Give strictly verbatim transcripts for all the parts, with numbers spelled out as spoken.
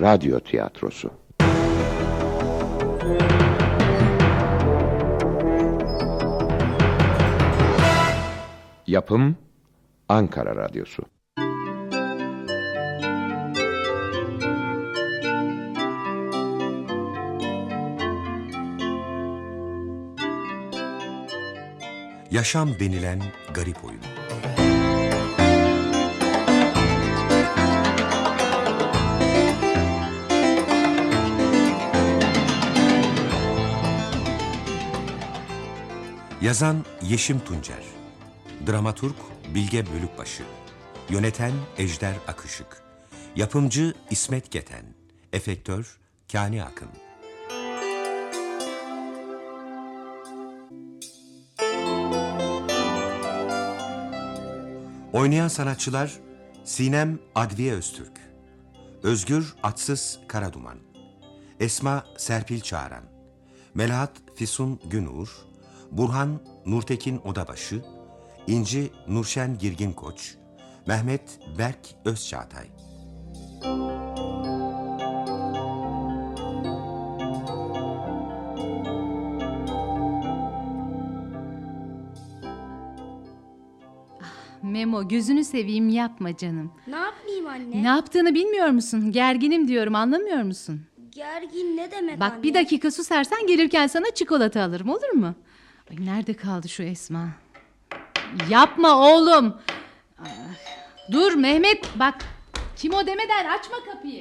radyo tiyatrosu. Yapım Ankara Radyosu. Yaşam denilen garip oyun. Yazan Yeşim Tuncer, dramaturg Bilge Bölükbaşı, yöneten Ejder Akışık, yapımcı İsmet Geten, efektör Kani Akın. Oynayan sanatçılar Sinem Adviye Öztürk, Özgür Atsız Karaduman, Esma Serpil Çağran, Melahat Füsun Günur, Burhan Nurtekin Odabaşı, İnci Nurşen Girgin Koç, Mehmet Berk Özçağatay. Memo, gözünü seveyim, yapma canım. Ne yapmayayım anne? Ne yaptığını bilmiyor musun? Gerginim diyorum, anlamıyor musun? Gergin ne demek Bak anne? bir dakika susarsan gelirken sana çikolata alırım, olur mu? Ay, nerede kaldı şu Esma? Yapma oğlum. Ah, dur Mehmet, bak kim o demeden açma kapıyı.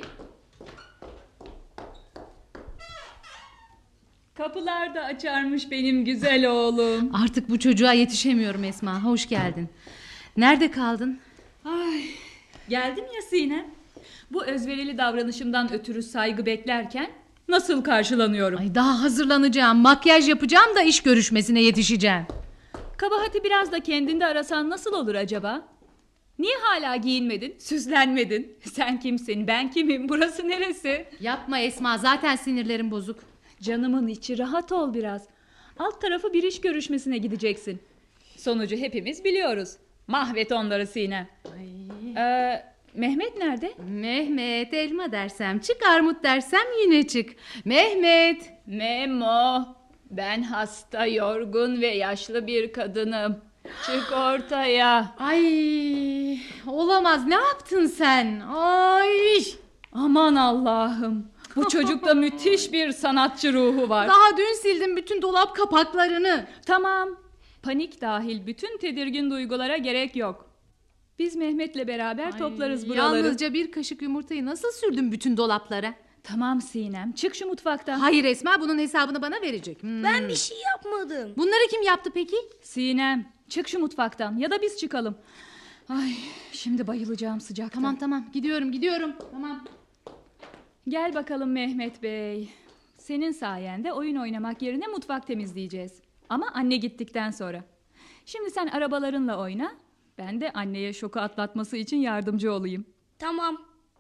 Kapılar da açarmış benim güzel oğlum. Artık bu çocuğa yetişemiyorum Esma, hoş geldin. Nerede kaldın? Ay, geldim ya Sinem. Bu özverili davranışımdan ötürü saygı beklerken nasıl karşılanıyorum? Ay, daha hazırlanacağım, makyaj yapacağım da iş görüşmesine yetişeceğim. Kabahati biraz da kendinde arasan nasıl olur acaba? Niye hala giyinmedin, süslenmedin? Sen kimsin, ben kimim, burası neresi? Yapma Esma, zaten sinirlerim bozuk. Canımın içi, rahat ol biraz. Alt tarafı bir iş görüşmesine gideceksin. Sonucu hepimiz biliyoruz. Mahvet onları Sinem. Ee, Mehmet nerede? Mehmet, elma dersem çık, armut dersem yine çık. Mehmet. Memo, ben hasta, yorgun ve yaşlı bir kadınım. Çık ortaya. Ay, olamaz, ne yaptın sen? Ay. Aman Allah'ım. Bu çocukta müthiş bir sanatçı ruhu var. Daha dün sildim bütün dolap kapaklarını. Tamam. Panik dahil bütün tedirgin duygulara gerek yok. Biz Mehmet'le beraber Ay, toplarız buraları. Yalnızca bir kaşık yumurtayı nasıl sürdün bütün dolaplara? Tamam Sinem, çık şu mutfaktan. Hayır Esma, bunun hesabını bana verecek. Hmm. Ben bir şey yapmadım. Bunları kim yaptı peki? Sinem, çık şu mutfaktan ya da biz çıkalım. Ay, şimdi bayılacağım sıcaktan. Tamam tamam, gidiyorum gidiyorum. Tamam. Gel bakalım Mehmet Bey. Senin sayende oyun oynamak yerine mutfak temizleyeceğiz. Ama anne gittikten sonra. Şimdi sen arabalarınla oyna. Ben de anneye şoku atlatması için yardımcı olayım. Tamam.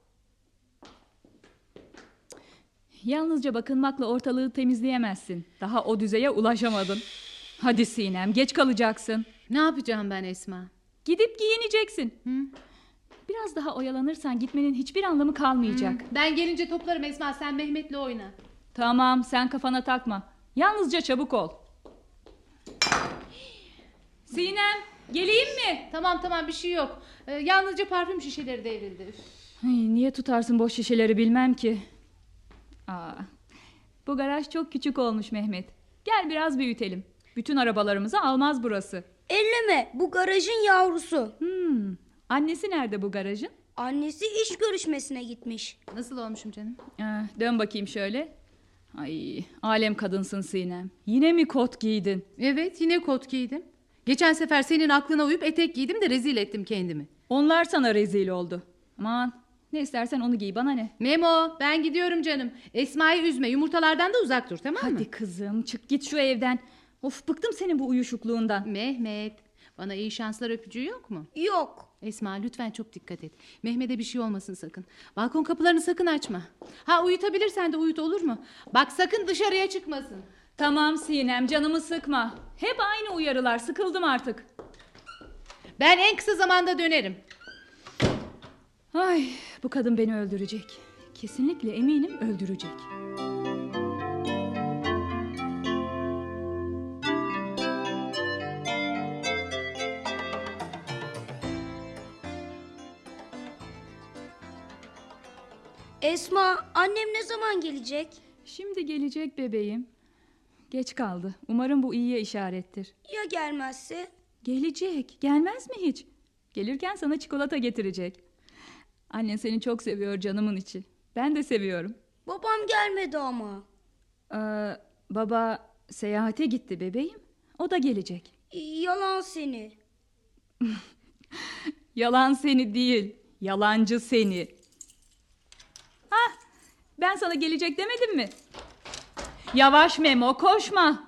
Yalnızca bakınmakla ortalığı temizleyemezsin. Daha o düzeye ulaşamadın. Hadi Sinem, geç kalacaksın. Ne yapacağım ben Esma? Gidip giyineceksin. Hı? Biraz daha oyalanırsan gitmenin hiçbir anlamı kalmayacak. Hı, ben gelince toplarım Esma, sen Mehmet'le oyna. Tamam, sen kafana takma. Yalnızca çabuk ol. Sinem, geleyim mi? Tamam tamam, bir şey yok. Ee, yalnızca parfüm şişeleri devrildi. Üf. Ay, niye tutarsın boş şişeleri bilmem ki. Aa, bu garaj çok küçük olmuş Mehmet. Gel biraz büyütelim. Bütün arabalarımızı almaz burası. Elleme, bu garajın yavrusu. Hmm, annesi nerede bu garajın? Annesi iş görüşmesine gitmiş. Nasıl olmuşum canım? Ee, dön bakayım şöyle. Ay, alem kadınsın Sinem. Yine mi kot giydin? Evet, yine kot giydim. Geçen sefer senin aklına uyup etek giydim de rezil ettim kendimi. Onlar sana rezil oldu. Aman, ne istersen onu giy, bana ne? Memo, ben gidiyorum canım. Esma'yı üzme, yumurtalardan da uzak dur, tamam mı? Hadi kızım, çık git şu evden. Of, bıktım senin bu uyuşukluğundan. Mehmet, bana iyi şanslar öpücüğü yok mu? Yok. Esma, lütfen çok dikkat et. Mehmet'e bir şey olmasın sakın. Balkon kapılarını sakın açma. Ha, uyutabilirsen de uyut, olur mu? Bak sakın dışarıya çıkmasın. Tamam Sinem, canımı sıkma. Hep aynı uyarılar, sıkıldım artık. Ben en kısa zamanda dönerim. Ay, bu kadın beni öldürecek. kesinlikle eminim öldürecek. Esma, annem ne zaman gelecek? Şimdi gelecek bebeğim. Geç kaldı. Umarım bu iyiye işarettir. Ya gelmezse? Gelecek. Gelmez mi hiç? Gelirken sana çikolata getirecek. Annen seni çok seviyor canımın içi. Ben de seviyorum. Babam gelmedi ama. Ee, baba seyahate gitti bebeğim. O da gelecek. Yalan seni. Yalan seni değil. Yalancı seni. Hah, ben sana gelecek demedim mi? Yavaş Memo, koşma.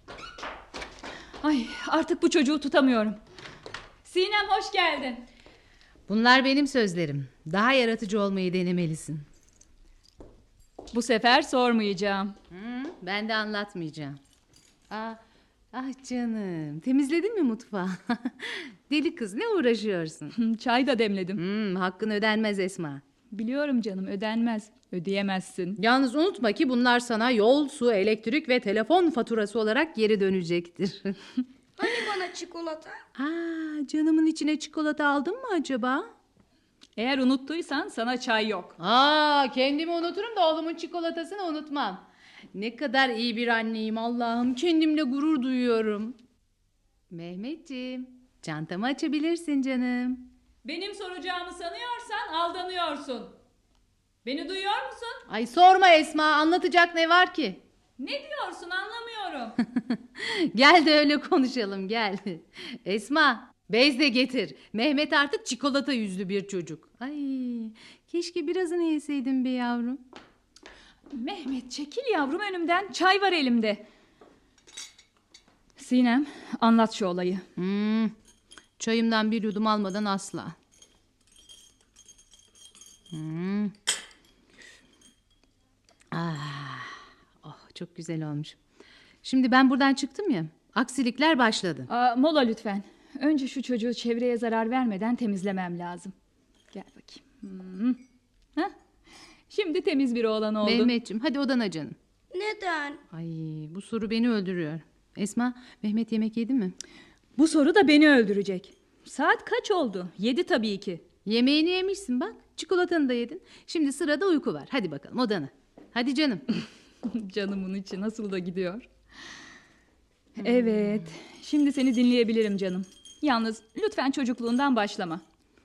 Ay, artık bu çocuğu tutamıyorum. Sinem hoş geldin. Bunlar benim sözlerim. Daha yaratıcı olmayı denemelisin. Bu sefer sormayacağım. Hı, ben de anlatmayacağım. Aa, ah canım, temizledin mi mutfağı? Deli kız, ne uğraşıyorsun? Çay da demledim. Hmm, hakkın ödenmez Esma. Biliyorum canım, ödenmez. Ödeyemezsin. Yalnız unutma ki bunlar sana yol, su, elektrik ve telefon faturası olarak geri dönecektir. Hani bana çikolata? Aa, canımın içine çikolata aldın mı acaba? Eğer unuttuysan sana çay yok. Aa, kendimi unuturum da oğlumun çikolatasını unutmam. Ne kadar iyi bir anneyim Allah'ım. Kendimle gurur duyuyorum. Mehmetciğim, çantamı açabilirsin canım. Benim soracağımı sanıyorsan aldanıyorsun. Beni duyuyor musun? Ay sorma Esma, anlatacak ne var ki? Ne diyorsun anlamıyorum. Gel de öyle konuşalım, gel. Esma, bez de getir. Mehmet artık çikolata yüzlü bir çocuk. Ay, keşke birazını yeseydin be yavrum. Mehmet çekil yavrum önümden, çay var elimde. Sinem, anlat şu olayı. Hmm, çayımdan bir yudum almadan asla. Hmm. Ah, oh, çok güzel olmuş. Şimdi ben buradan çıktım ya, aksilikler başladı. Aa, mola lütfen. Önce şu çocuğu çevreye zarar vermeden temizlemem lazım. Gel bakayım. Hmm. Hah. Şimdi temiz bir oğlan oldun. Mehmetciğim, hadi odana canım. Neden? Ay, bu soru beni öldürüyor. Esma, Mehmet yemek yedi mi? Bu soru da beni öldürecek. Saat kaç oldu? Yedi tabii ki. Yemeğini yemişsin bak. Çikolatanı da yedin. Şimdi sırada uyku var. Hadi bakalım odana. Hadi canım. Canımın içi nasıl da gidiyor. Evet. Şimdi seni dinleyebilirim canım. Yalnız lütfen çocukluğundan başlama.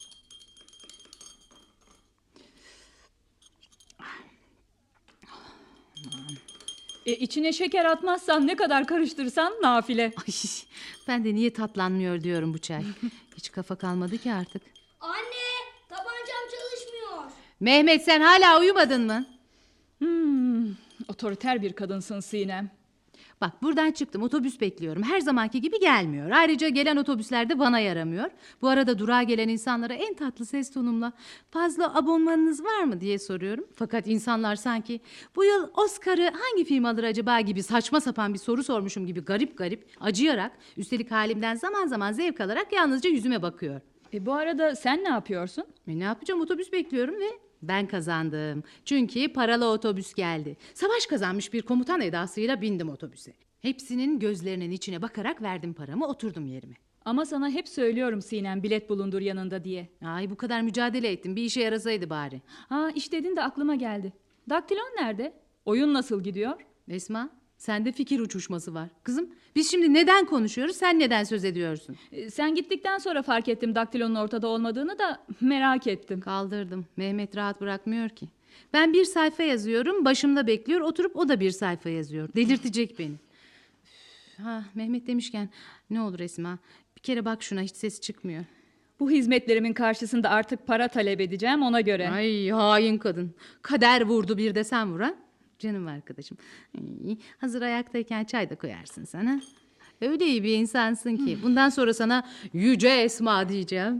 E, içine şeker atmazsan ne kadar karıştırsan nafile. Ay, ben de niye tatlanmıyor diyorum bu çay. Hiç kafa kalmadı ki artık. Anne, tabancam çalışmıyor. Mehmet sen hala uyumadın mı? Hmm, otoriter bir kadınsın Sinem. Bak buradan çıktım, otobüs bekliyorum. Her zamanki gibi gelmiyor. Ayrıca gelen otobüsler de bana yaramıyor. Bu arada durağa gelen insanlara en tatlı ses tonumla fazla abonmanınız var mı diye soruyorum. Fakat insanlar sanki bu yıl Oscar'ı hangi film alır acaba gibi saçma sapan bir soru sormuşum gibi garip garip acıyarak, üstelik halimden zaman zaman zevk alarak yalnızca yüzüme bakıyor. E, bu arada sen ne yapıyorsun? E ne yapacağım, otobüs bekliyorum ve ben kazandım. Çünkü paralı otobüs geldi. Savaş kazanmış bir komutan edasıyla bindim otobüse. Hepsinin gözlerinin içine bakarak verdim paramı, oturdum yerime. Ama sana hep söylüyorum Sinem, bilet bulundur yanında diye. Ay bu kadar mücadele ettim, bir işe yarasaydı bari. Ha, iş dedin de aklıma geldi. Daktilon nerede? Oyun nasıl gidiyor? Esma, sende fikir uçuşması var. Kızım, biz şimdi neden konuşuyoruz, sen neden söz ediyorsun? E, sen gittikten sonra fark ettim daktilonun ortada olmadığını da merak ettim. Kaldırdım, Mehmet rahat bırakmıyor ki. Ben bir sayfa yazıyorum, başımda bekliyor, oturup o da bir sayfa yazıyor. Delirtecek beni. Üf, ha, Mehmet demişken ne olur Esma, bir kere bak şuna, hiç ses çıkmıyor. Bu hizmetlerimin karşısında artık para talep edeceğim ona göre. Ay hain kadın. Kader vurdu bir de sen vur ha. Canım arkadaşım. Ay, hazır ayaktayken çay da koyarsın sana. Öyle iyi bir insansın ki. Bundan sonra sana Yüce Esma diyeceğim.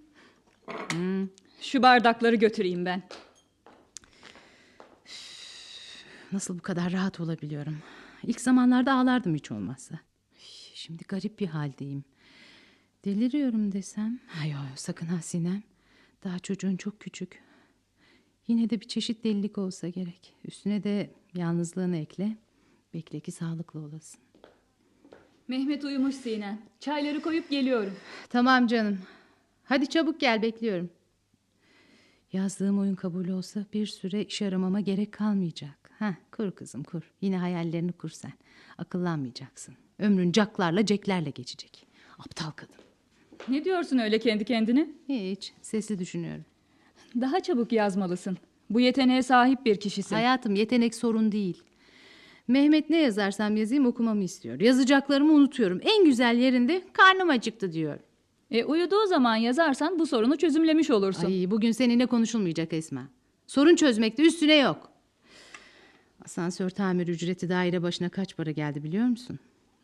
Şu bardakları götüreyim ben. Nasıl bu kadar rahat olabiliyorum? İlk zamanlarda ağlardım hiç olmazsa. Şimdi garip bir haldeyim. Deliriyorum desem. Ay, ay sakın ha Sinem. Daha çocuğun çok küçük. Yine de bir çeşit delilik olsa gerek. Üstüne de yalnızlığını ekle. Bekle ki sağlıklı olasın. Mehmet uyumuş Sinem. Çayları koyup geliyorum. Tamam canım. Hadi çabuk gel, bekliyorum. Yazdığım oyun kabul olsa bir süre iş aramama gerek kalmayacak. Heh, kur kızım kur. Yine hayallerini kur sen. Akıllanmayacaksın. Ömrün caklarla ceklerle geçecek. Aptal kadın. Ne diyorsun öyle kendi kendine? Hiç, sesli düşünüyorum. Daha çabuk yazmalısın. Bu yeteneğe sahip bir kişisin. Hayatım, yetenek sorun değil. Mehmet ne yazarsam yazayım okumamı istiyor. Yazacaklarımı unutuyorum. En güzel yerinde karnım acıktı diyor. E uyuduğu zaman yazarsan bu sorunu çözümlemiş olursun. Ay, bugün seninle konuşulmayacak Esma. Sorun çözmekte üstüne yok. Asansör tamir ücreti daire başına kaç para geldi biliyor musun?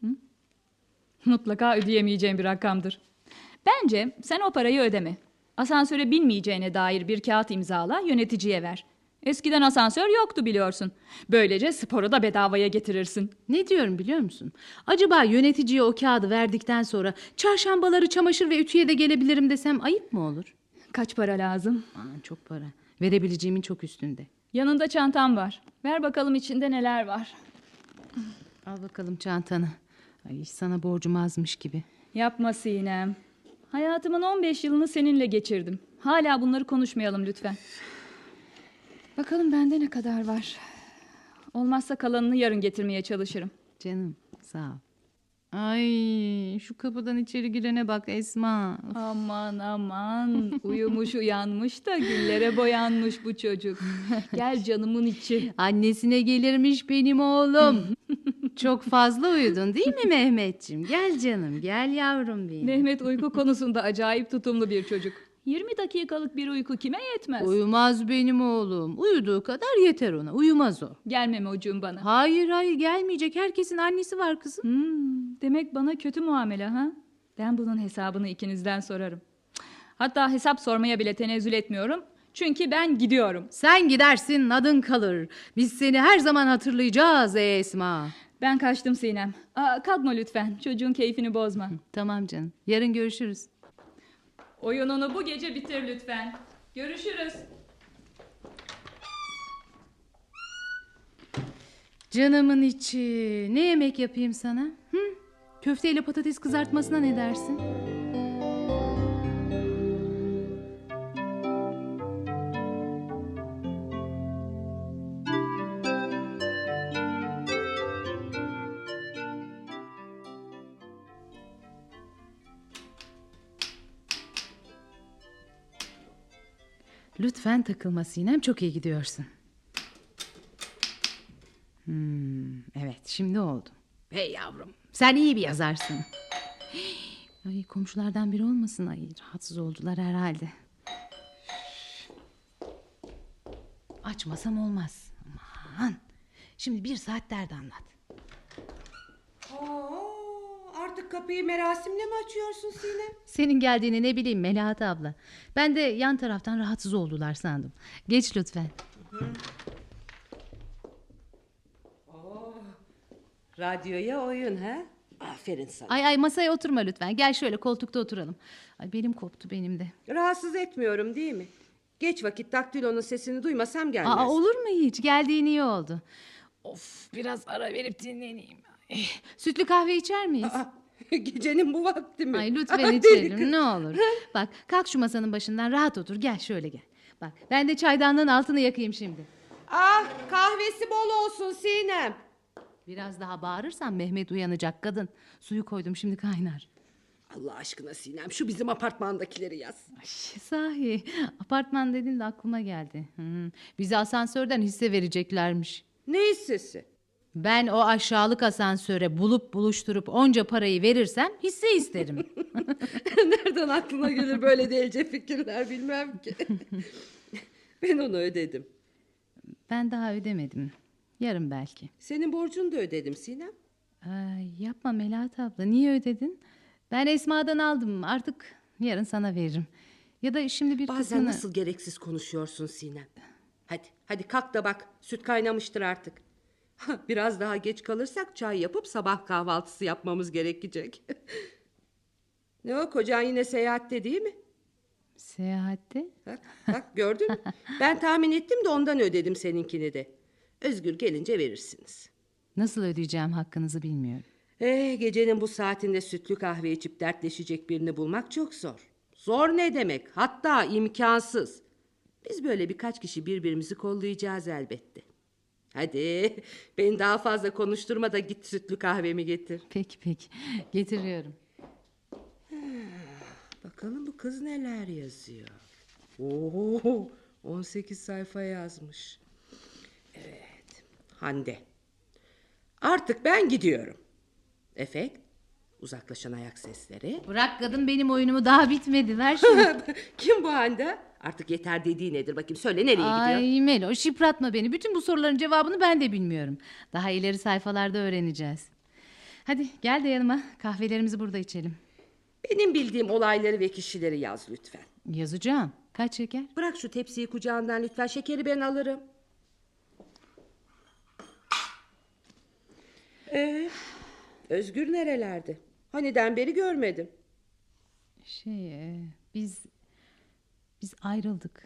Mutlaka ödeyemeyeceğin bir rakamdır. Bence sen o parayı ödeme. Asansöre binmeyeceğine dair bir kağıt imzala, yöneticiye ver. Eskiden asansör yoktu biliyorsun. Böylece sporu da bedavaya getirirsin. Ne diyorum biliyor musun? Acaba yöneticiye o kağıdı verdikten sonra çarşambaları çamaşır ve ütüye de gelebilirim desem ayıp mı olur? Kaç para lazım? Aman, çok para. Verebileceğimin çok üstünde. Yanında çantam var. Ver bakalım içinde neler var. Al bakalım çantanı. Ay, sana borcum azmış gibi. Yapma Sinem. Hayatımın on beş yılını seninle geçirdim. Hala bunları konuşmayalım lütfen. Bakalım bende ne kadar var. Olmazsa kalanını yarın getirmeye çalışırım. Canım sağ ol. Ay, şu kapıdan içeri girene bak Esma. Aman aman, uyumuş uyanmış da güllere boyanmış bu çocuk. Gel canımın içi. Annesine gelirmiş benim oğlum. Çok fazla uyudun değil mi Mehmetciğim? Gel canım, gel yavrum benim. Mehmet uyku konusunda acayip tutumlu bir çocuk. yirmi dakikalık bir uyku kime yetmez? Uyumaz benim oğlum. Uyuduğu kadar yeter ona. Uyumaz o. Gelmeme ucuğum bana. Hayır hayır, gelmeyecek. Herkesin annesi var kızım. Hmm, demek bana kötü muamele ha? Ben bunun hesabını ikinizden sorarım. Hatta hesap sormaya bile tenezzül etmiyorum. Çünkü ben gidiyorum. Sen gidersin, adın kalır. Biz seni her zaman hatırlayacağız ey Esma. Ben kaçtım Sinem. Aa, kalkma lütfen. Çocuğun keyfini bozma. Tamam canım. Yarın görüşürüz. Oyununu bu gece bitir lütfen. Görüşürüz. Canımın içi. Ne yemek yapayım sana? Hı? Köfteyle patates kızartmasına ne dersin? Lütfen takılma Sinem, çok iyi gidiyorsun. Hmm, evet, şimdi oldu. Hey yavrum, sen iyi bir yazarsın. Ay, komşulardan biri olmasın, ay rahatsız oldular herhalde. Açmasam olmaz. Aman, şimdi bir saat derdi anlat. Oo, artık kapıyı merasimle mi açıyorsun Sinem? Senin geldiğini ne bileyim Melahat abla. Ben de yan taraftan rahatsız oldular sandım. Geç lütfen. Oo, radyoya oyun ha? Aferin sana. Ay ay, masaya oturma lütfen. Gel şöyle koltukta oturalım. Ay, belim koptu benim de. Rahatsız etmiyorum değil mi? Geç vakit daktilonun sesini duymasam gelmez. Aa, olur mu hiç? Geldiğin iyi oldu. Of, biraz ara verip dinleneyim. Ay, sütlü kahve içer miyiz? Aa, gecenin bu vakti mi? Ay lütfen Aa, deli içelim kız. ne olur. Bak, kalk şu masanın başından, rahat otur. Gel şöyle gel. Bak, ben de çaydanlığın altını yakayım şimdi. Ah, kahvesi bol olsun Sinem. Biraz daha bağırırsan Mehmet uyanacak kadın. Suyu koydum, şimdi kaynar. Allah aşkına Sinem, şu bizim apartmandakileri yaz. Ay, sahi apartman dedin de aklıma geldi. Hmm, bizi asansörden hisse vereceklermiş. Ne hissesi? Ben o aşağılık asansöre bulup buluşturup onca parayı verirsem hisse isterim. Nereden aklına gelir böyle delice fikirler bilmem ki. Ben onu ödedim. Ben daha ödemedim. Yarın belki. Senin borcunu da ödedim Sinem. Ay, yapma Melahat abla, niye ödedin? Ben Esma'dan aldım, artık yarın sana veririm. Ya da şimdi bir Bazen kısmını... nasıl gereksiz konuşuyorsun Sinem. Hadi, hadi kalk da bak, süt kaynamıştır artık. Biraz daha geç kalırsak çay yapıp sabah kahvaltısı yapmamız gerekecek. Ne o, kocan yine seyahatte değil mi? Seyahatte? Bak, bak gördün mü? Ben tahmin ettim de ondan ödedim seninkini de. Özgür gelince verirsiniz. Nasıl ödeyeceğim hakkınızı bilmiyorum. Eh, gecenin bu saatinde sütlü kahve içip dertleşecek birini bulmak çok zor. Zor ne demek? Hatta imkansız. Biz böyle birkaç kişi birbirimizi kollayacağız elbette. Hadi beni daha fazla konuşturma da git sütlü kahvemi getir. Peki peki, getiriyorum. Bakalım bu kız neler yazıyor. Oo, on sekiz sayfa yazmış. Evet, Hande. Artık ben gidiyorum. Efekt, uzaklaşan ayak sesleri. Bırak kadın, benim oyunumu daha bitmedi. Ver şunu. Kim bu Hande? Artık yeter dediği nedir bakayım, söyle nereye gidiyor? Ay Melo, şıpratma beni. Bütün bu soruların cevabını ben de bilmiyorum. Daha ileri sayfalarda öğreneceğiz. Hadi gel de yanıma, kahvelerimizi burada içelim. Benim bildiğim olayları ve kişileri yaz lütfen. Yazacağım. Kaç şeker? Bırak şu tepsiyi kucağından lütfen, şekeri ben alırım. Ee, Özgür nerelerde? Hani'den beri görmedim. Şey, e, biz biz ayrıldık.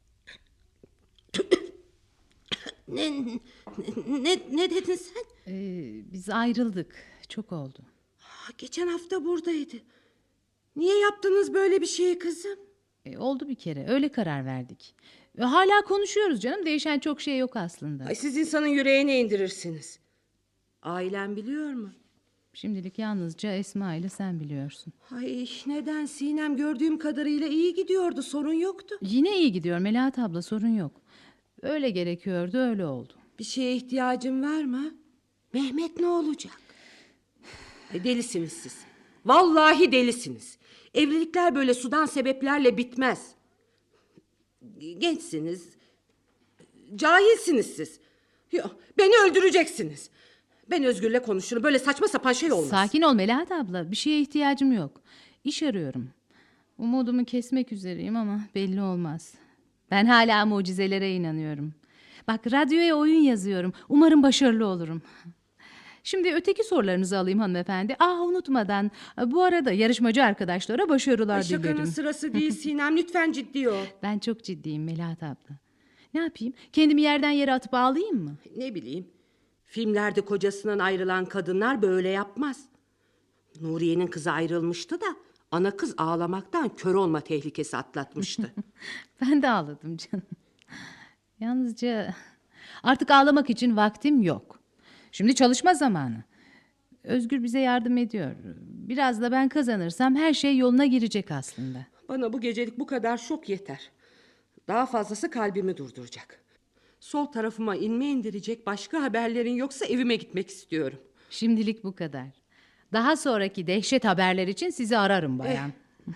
Ne ne ne dedin sen? Ee, biz ayrıldık. Çok oldu. Aa, geçen hafta buradaydı. Niye yaptınız böyle bir şeyi kızım? E, oldu bir kere. Öyle karar verdik. E, hala konuşuyoruz canım. Değişen çok şey yok aslında. Ay, siz insanın yüreğine indirirsiniz. Ailen biliyor mu? Şimdilik yalnızca Esma ile sen biliyorsun. Ay, neden Sinem gördüğüm kadarıyla iyi gidiyordu, sorun yoktu. Yine iyi gidiyor Melahat abla, sorun yok. Öyle gerekiyordu, öyle oldu. Bir şeye ihtiyacın var mı? Mehmet ne olacak? Ay, delisiniz siz. Vallahi delisiniz. Evlilikler böyle sudan sebeplerle bitmez. Gençsiniz. Cahilsiniz siz. Yok, beni öldüreceksiniz. Ben Özgür'le konuşurum. Böyle saçma sapan şey olmaz. Sakin ol Melahat abla, bir şeye ihtiyacım yok. İş arıyorum. Umudumu kesmek üzereyim ama belli olmaz. Ben hala mucizelere inanıyorum. Bak, radyoya oyun yazıyorum. Umarım başarılı olurum. Şimdi öteki sorularınızı alayım hanımefendi. Ah, unutmadan bu arada yarışmacı arkadaşlara başarılar Ay, şakanın dilerim. sırası değil Sinem. Lütfen ciddi ol. Ben çok ciddiyim Melahat abla. Ne yapayım? Kendimi yerden yere atıp ağlayayım mı? Ne bileyim. Filmlerde kocasından ayrılan kadınlar böyle yapmaz. Nuriye'nin kızı ayrılmıştı da ana kız ağlamaktan kör olma tehlikesi atlatmıştı. Ben de ağladım canım. Yalnızca artık ağlamak için vaktim yok. Şimdi çalışma zamanı. Özgür bize yardım ediyor. Biraz da ben kazanırsam her şey yoluna girecek aslında. Bana bu gecelik bu kadar şok yeter. Daha fazlası kalbimi durduracak. Sol tarafıma inme indirecek başka haberlerin yoksa evime gitmek istiyorum. Şimdilik bu kadar. Daha sonraki dehşet haberler için sizi ararım bayan.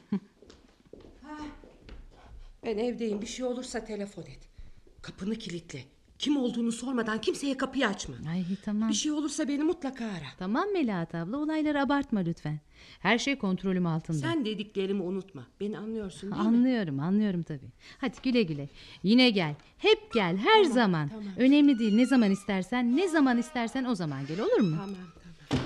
Ben evdeyim, bir şey olursa telefon et. Kapını kilitle. Kim olduğunu sormadan kimseye kapıyı açma. Ay tamam. Bir şey olursa beni mutlaka ara. Tamam Melahat abla, olayları abartma lütfen. Her şey kontrolüm altında. Sen dediklerimi unutma. Beni anlıyorsun değil mi? Anlıyorum, anlıyorum tabii. Hadi güle güle. Yine gel. Hep gel, her Tamam, zaman. tamam. Önemli değil, ne zaman istersen, ne zaman istersen o zaman gel, olur mu? Tamam tamam.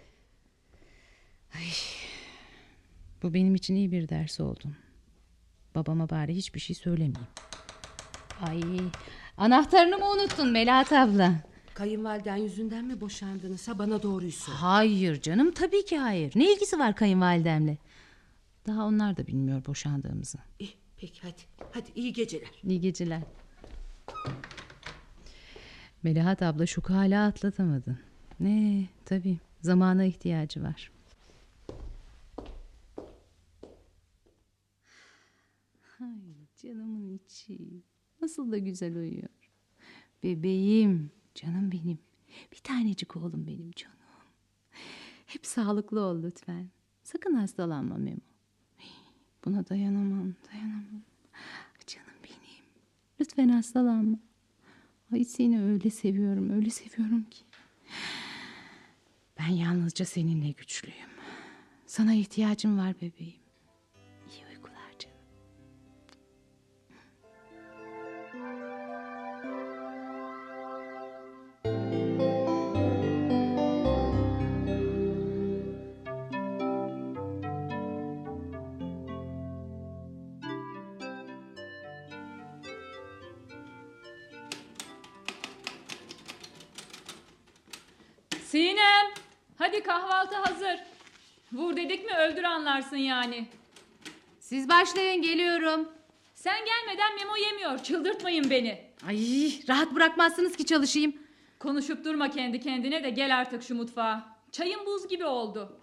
Bu benim için iyi bir ders oldu. Babama bari hiçbir şey söylemeyeyim. Ay, anahtarını mı unuttun Melahat abla? Kayınvaliden yüzünden mi boşandınız? Ha, bana doğruyu sor. Hayır canım, tabii ki hayır. Ne ilgisi var kayınvalidemle? Daha onlar da bilmiyor boşandığımızı. İyi, peki hadi. Hadi iyi geceler. İyi geceler. Melahat abla şoku hala atlatamadı. Ne, tabii zamana ihtiyacı var. Ay canımın içi. Nasıl da güzel uyuyor. Bebeğim, canım benim. Bir tanecik oğlum benim canım. Hep sağlıklı ol lütfen. Sakın hastalanma Memo. Buna dayanamam, dayanamam. Canım benim. Lütfen hastalanma. Ay seni öyle seviyorum, öyle seviyorum ki. Ben yalnızca seninle güçlüyüm. Sana ihtiyacım var bebeğim. İyi uykular canım. Sinem, hadi kahvaltı hazır. Vur dedik mi öldür anlarsın yani. Siz başlayın, geliyorum. Sen gelmeden Memo yemiyor, çıldırtmayın beni. Ay, rahat bırakmazsınız ki çalışayım. Konuşup durma kendi kendine de gel artık şu mutfağa. Çayın buz gibi oldu.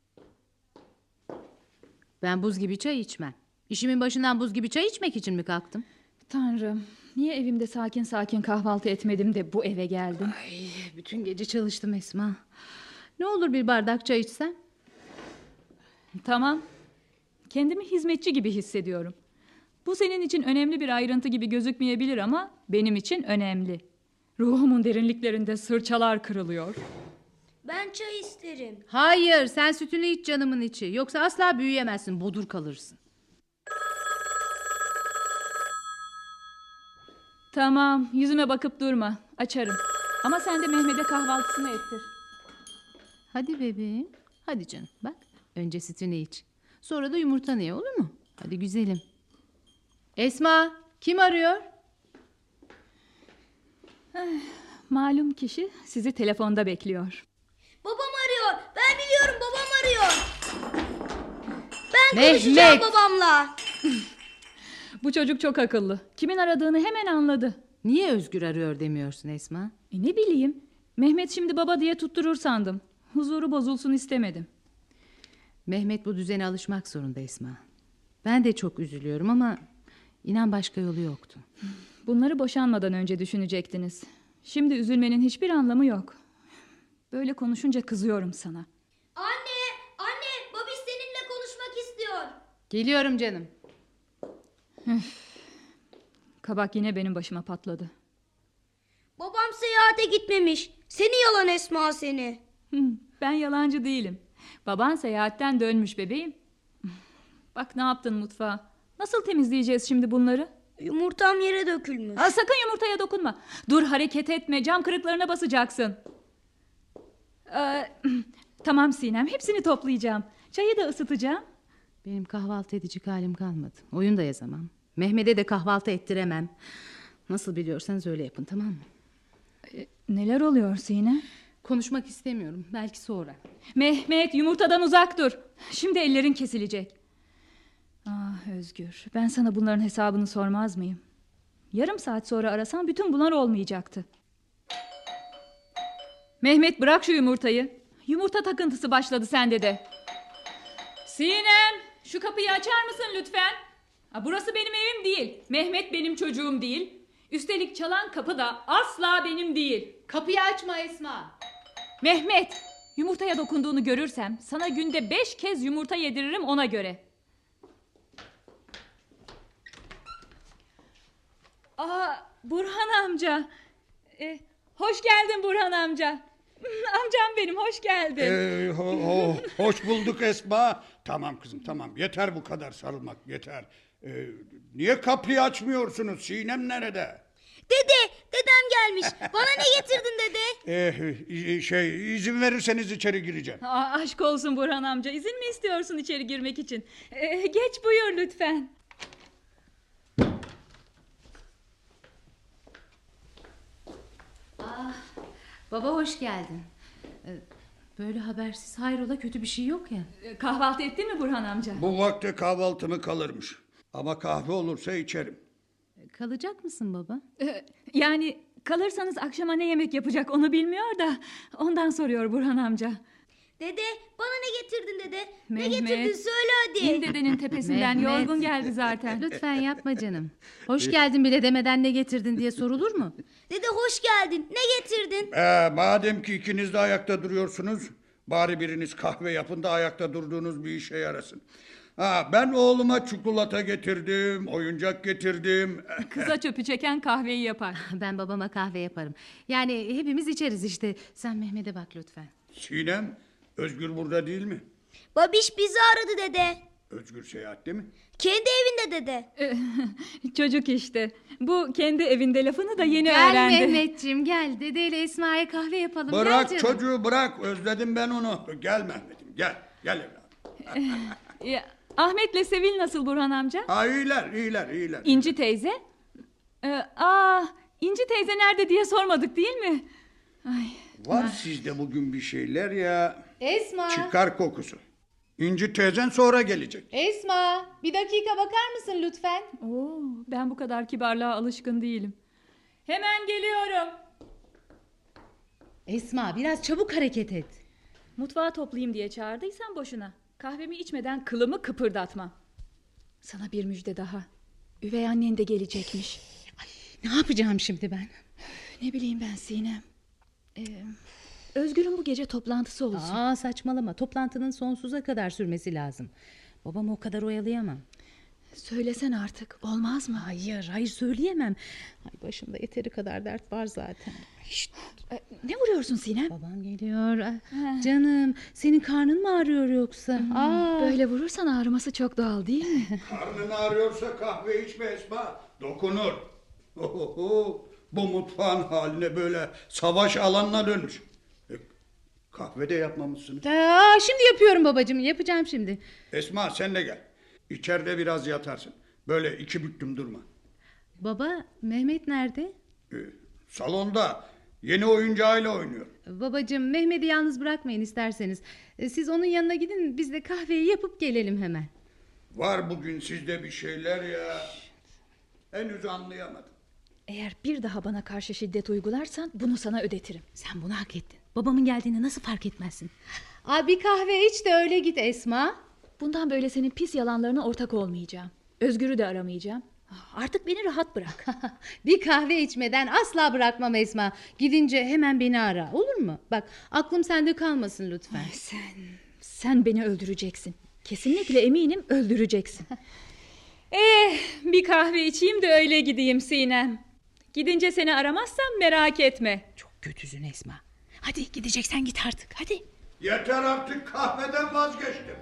Ben buz gibi çay içmem. İşimin başından buz gibi çay içmek için mi kalktım? Tanrım, niye evimde sakin sakin kahvaltı etmedim de bu eve geldim? Ay, bütün gece çalıştım Esma. Ne olur bir bardak çay içsem? Tamam. Kendimi hizmetçi gibi hissediyorum. Bu senin için önemli bir ayrıntı gibi gözükmeyebilir ama benim için önemli. Ruhumun derinliklerinde sırçalar kırılıyor. Ben çay isterim. Hayır, sen sütünü iç canımın içi. Yoksa asla büyüyemezsin, bodur kalırsın. Tamam, yüzüme bakıp durma. Açarım. Ama sen de Mehmet'e kahvaltısını ettir. Hadi bebeğim. Hadi canım bak. Önce sütünü iç. Sonra da yumurtanı ye, olur mu? Hadi güzelim. Esma, kim arıyor? Malum kişi sizi telefonda bekliyor. Babam arıyor. Ben biliyorum, babam arıyor. Ben Mehmet! konuşacağım babamla. Bu çocuk çok akıllı. Kimin aradığını hemen anladı. Niye Özgür arıyor demiyorsun Esma? E ne bileyim. Mehmet şimdi baba diye tutturur sandım. Huzuru bozulsun istemedim. Mehmet bu düzene alışmak zorunda Esma. Ben de çok üzülüyorum ama inan başka yolu yoktu. Bunları boşanmadan önce düşünecektiniz. Şimdi üzülmenin hiçbir anlamı yok. Böyle konuşunca kızıyorum sana. Anne, anne, babiş seninle konuşmak istiyor. Geliyorum canım. Kabak yine benim başıma patladı. Babam seyahate gitmemiş. Seni yalan Esma seni. Hı, ben yalancı değilim. Baban seyahatten dönmüş bebeğim. Bak ne yaptın mutfağa. Nasıl temizleyeceğiz şimdi bunları? Yumurtam yere dökülmüş. Aa, sakın yumurtaya dokunma. Dur hareket etme, cam kırıklarına basacaksın. Ee, tamam Sinem, hepsini toplayacağım. Çayı da ısıtacağım. Benim kahvaltı edecek halim kalmadı. Oyun da yazamam. Mehmet'e de kahvaltı ettiremem. Nasıl biliyorsanız öyle yapın, tamam mı? Ee, neler oluyor Sinem? Konuşmak istemiyorum. Belki sonra. Mehmet, yumurtadan uzak dur. Şimdi ellerin kesilecek. Ah Özgür, ben sana bunların hesabını sormaz mıyım? Yarım saat sonra arasam bütün bunlar olmayacaktı. Mehmet bırak şu yumurtayı. Yumurta takıntısı başladı sende de. Sinem, şu kapıyı açar mısın lütfen? Ha, burası benim evim değil. Mehmet benim çocuğum değil. Üstelik çalan kapı da asla benim değil. Kapıyı açma Esma. Mehmet, yumurtaya dokunduğunu görürsem sana günde beş kez yumurta yediririm ona göre. Aa, Burhan amca. Ee, hoş geldin Burhan amca. Amcam benim, hoş geldin. Ee, ho- ho- hoş bulduk Esma. Tamam kızım tamam, yeter bu kadar sarılmak yeter. Ee, niye kapıyı açmıyorsunuz? Sinem nerede? Dede, dedem gelmiş. Bana ne getirdin dede? Ee, şey izin verirseniz içeri gireceğim. Aa, aşk olsun Burhan amca. İzin mi istiyorsun içeri girmek için? Ee, geç buyur lütfen. Baba hoş geldin. Ee, Böyle habersiz hayrola, kötü bir şey yok ya. Ee, kahvaltı ettin mi Burhan amca? Bu vakte kahvaltımı kalırmış. Ama kahve olursa içerim. Kalacak mısın baba? Ee, yani kalırsanız akşama ne yemek yapacak onu bilmiyor da ondan soruyor Burhan amca. Dede, bana ne getirdin dede? Mehmet. Ne getirdin söyle hadi. İn dedenin tepesinden, Mehmet. yorgun geldi zaten. Lütfen yapma canım. Hoş geldin bile demeden ne getirdin diye sorulur mu? Dede hoş geldin. Ne getirdin? Ee, madem ki ikiniz de ayakta duruyorsunuz, bari biriniz kahve yapın da ayakta durduğunuz bir işe yarasın. Ha, ben oğluma çikolata getirdim, oyuncak getirdim. Kıza çöpü çeken kahveyi yapar. Ben babama kahve yaparım. Yani hepimiz içeriz işte. Sen Mehmet'e bak lütfen. Sinem, Özgür burada değil mi? Babiş bizi aradı dede. Özgür seyahatte mi? Kendi evinde dede. Çocuk işte. Bu kendi evinde lafını da yeni Gel öğrendi. Mehmetciğim gel. Dedeyle Esma'ya kahve yapalım. Bırak Gel canım. çocuğu bırak, özledim ben onu. Gel Mehmet'im gel, gel evladım. Ya, Ahmet'le Sevil nasıl Burhan amca? Ha, iyiler, iyiler, iyiler. İnci teyze? Ee, aa, İnci teyze nerede diye sormadık değil mi? Ay, Var sizde bugün bir şeyler ya. Esma. Çıkar kokusu. İnci teyzen sonra gelecek. Esma, bir dakika bakar mısın lütfen? oo, ben bu kadar kibarlığa alışkın değilim. Hemen geliyorum. Esma, biraz çabuk hareket et. Mutfağı toplayayım diye çağırdıysan boşuna. Kahvemi içmeden kılımı kıpırdatmam. Sana bir müjde daha. Üvey annen de gelecekmiş. Ne yapacağım şimdi ben? Ne bileyim ben Sinem. Ee, Özgür'ün bu gece toplantısı olsun. Aa, saçmalama. Toplantının sonsuza kadar sürmesi lazım. Babamı o kadar oyalayamam. Söylesen artık, olmaz mı? Hayır, hayır söyleyemem. Ay, başımda yeteri kadar dert var zaten. Şşt, Ee, ne vuruyorsun Sinem? babam geliyor. Ah, canım, senin karnın mı ağrıyor yoksa? Aa, Böyle vurursan ağrıması çok doğal değil mi? Karnın ağrıyorsa kahve içme Esma. Dokunur. Ohoho, bu mutfağın haline böyle savaş alanına dönmüş. E, kahve de yapmamışsınız. Aa, şimdi yapıyorum babacığım. Yapacağım şimdi. Esma sen de gel. İçeride biraz yatarsın. Böyle iki büktüm durma. Baba, Mehmet nerede? E, salonda yeni oyuncağıyla oynuyor. Babacığım, Mehmet'i yalnız bırakmayın isterseniz. E, Siz onun yanına gidin, biz de kahveyi yapıp gelelim hemen. Var bugün sizde bir şeyler ya. Henüz anlayamadım. Eğer bir daha bana karşı şiddet uygularsan bunu sana ödetirim. Sen bunu hak ettin. Babamın geldiğini nasıl fark etmezsin? Abi bir kahve iç de öyle git Esma. Bundan böyle senin pis yalanlarına ortak olmayacağım. Özgür'ü de aramayacağım. Artık beni rahat bırak. Bir kahve içmeden asla bırakmam Esma. Gidince hemen beni ara, olur mu? Bak, aklım sende kalmasın lütfen. Sen, sen beni öldüreceksin. Kesinlikle eminim öldüreceksin. Eh, bir kahve içeyim de öyle gideyim Sinem. Gidince seni aramazsam merak etme. Çok kötüsün Esma. Hadi gideceksen git artık, hadi. Yeter artık, kahveden vazgeçtim.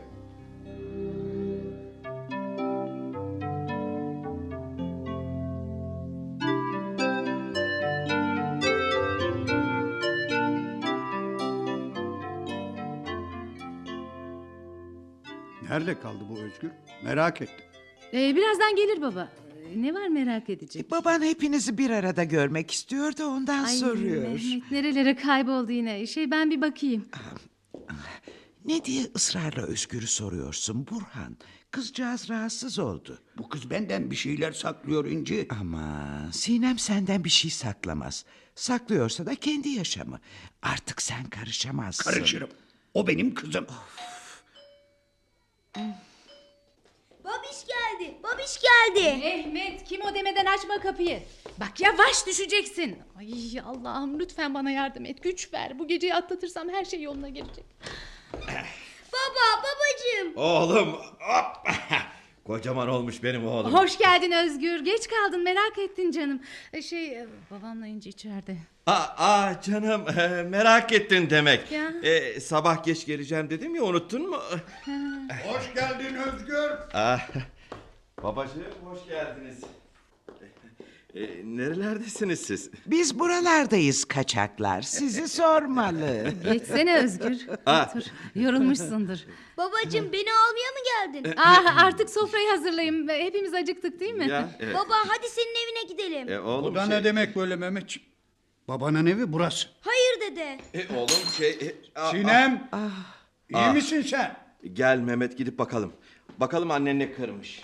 Nerede kaldı bu Özgür? Merak ettim. Ee, birazdan gelir baba. Ee, Ne var merak edecek? Baban hepinizi bir arada görmek istiyor da ondan Ay, soruyor. Mehmet nerelere kayboldu yine. Şey, ben bir bakayım. Ne diye ısrarla Özgür'ü soruyorsun Burhan? Kızcağız rahatsız oldu. Bu kız benden bir şeyler saklıyor İnci. Ama Sinem senden bir şey saklamaz. Saklıyorsa da kendi yaşamı. Artık sen karışamazsın. Karışırım. O benim kızım. Babiş geldi. Babiş geldi. Mehmet, kim o demeden açma kapıyı. Bak yavaş düşeceksin. Ay Allah'ım, lütfen bana yardım et. Güç ver. Bu geceyi atlatırsam her şey yoluna girecek. Baba, babacığım. Oğlum, hop! Kocaman olmuş benim oğlum. Hoş geldin Özgür. Geç kaldın, merak ettin canım. Ee, Şey, e, babamla İnci içeride. Aa, aa canım, e, merak ettin demek. Ya. E, sabah geç geleceğim dedim ya, unuttun mu? Hoş geldin Özgür. Ah, babacığım, hoş geldiniz. E, nerelerdesiniz siz? Biz buralardayız kaçaklar. Sizi sormalı. Geçsene Özgür. Otur. Yorulmuşsundur. Babacığım beni almaya mı geldin? Ah, artık sofrayı hazırlayayım. Hepimiz acıktık değil mi? Ya, evet. Baba hadi senin evine gidelim. E, O oğlum da şey, ne demek böyle Mehmetciğim? Babanın evi burası. Hayır dede. e, oğlum şey... e, aa, Sinem. İyi Ah. misin sen? aa, gel Mehmet, gidip bakalım. Bakalım annen ne kırmış.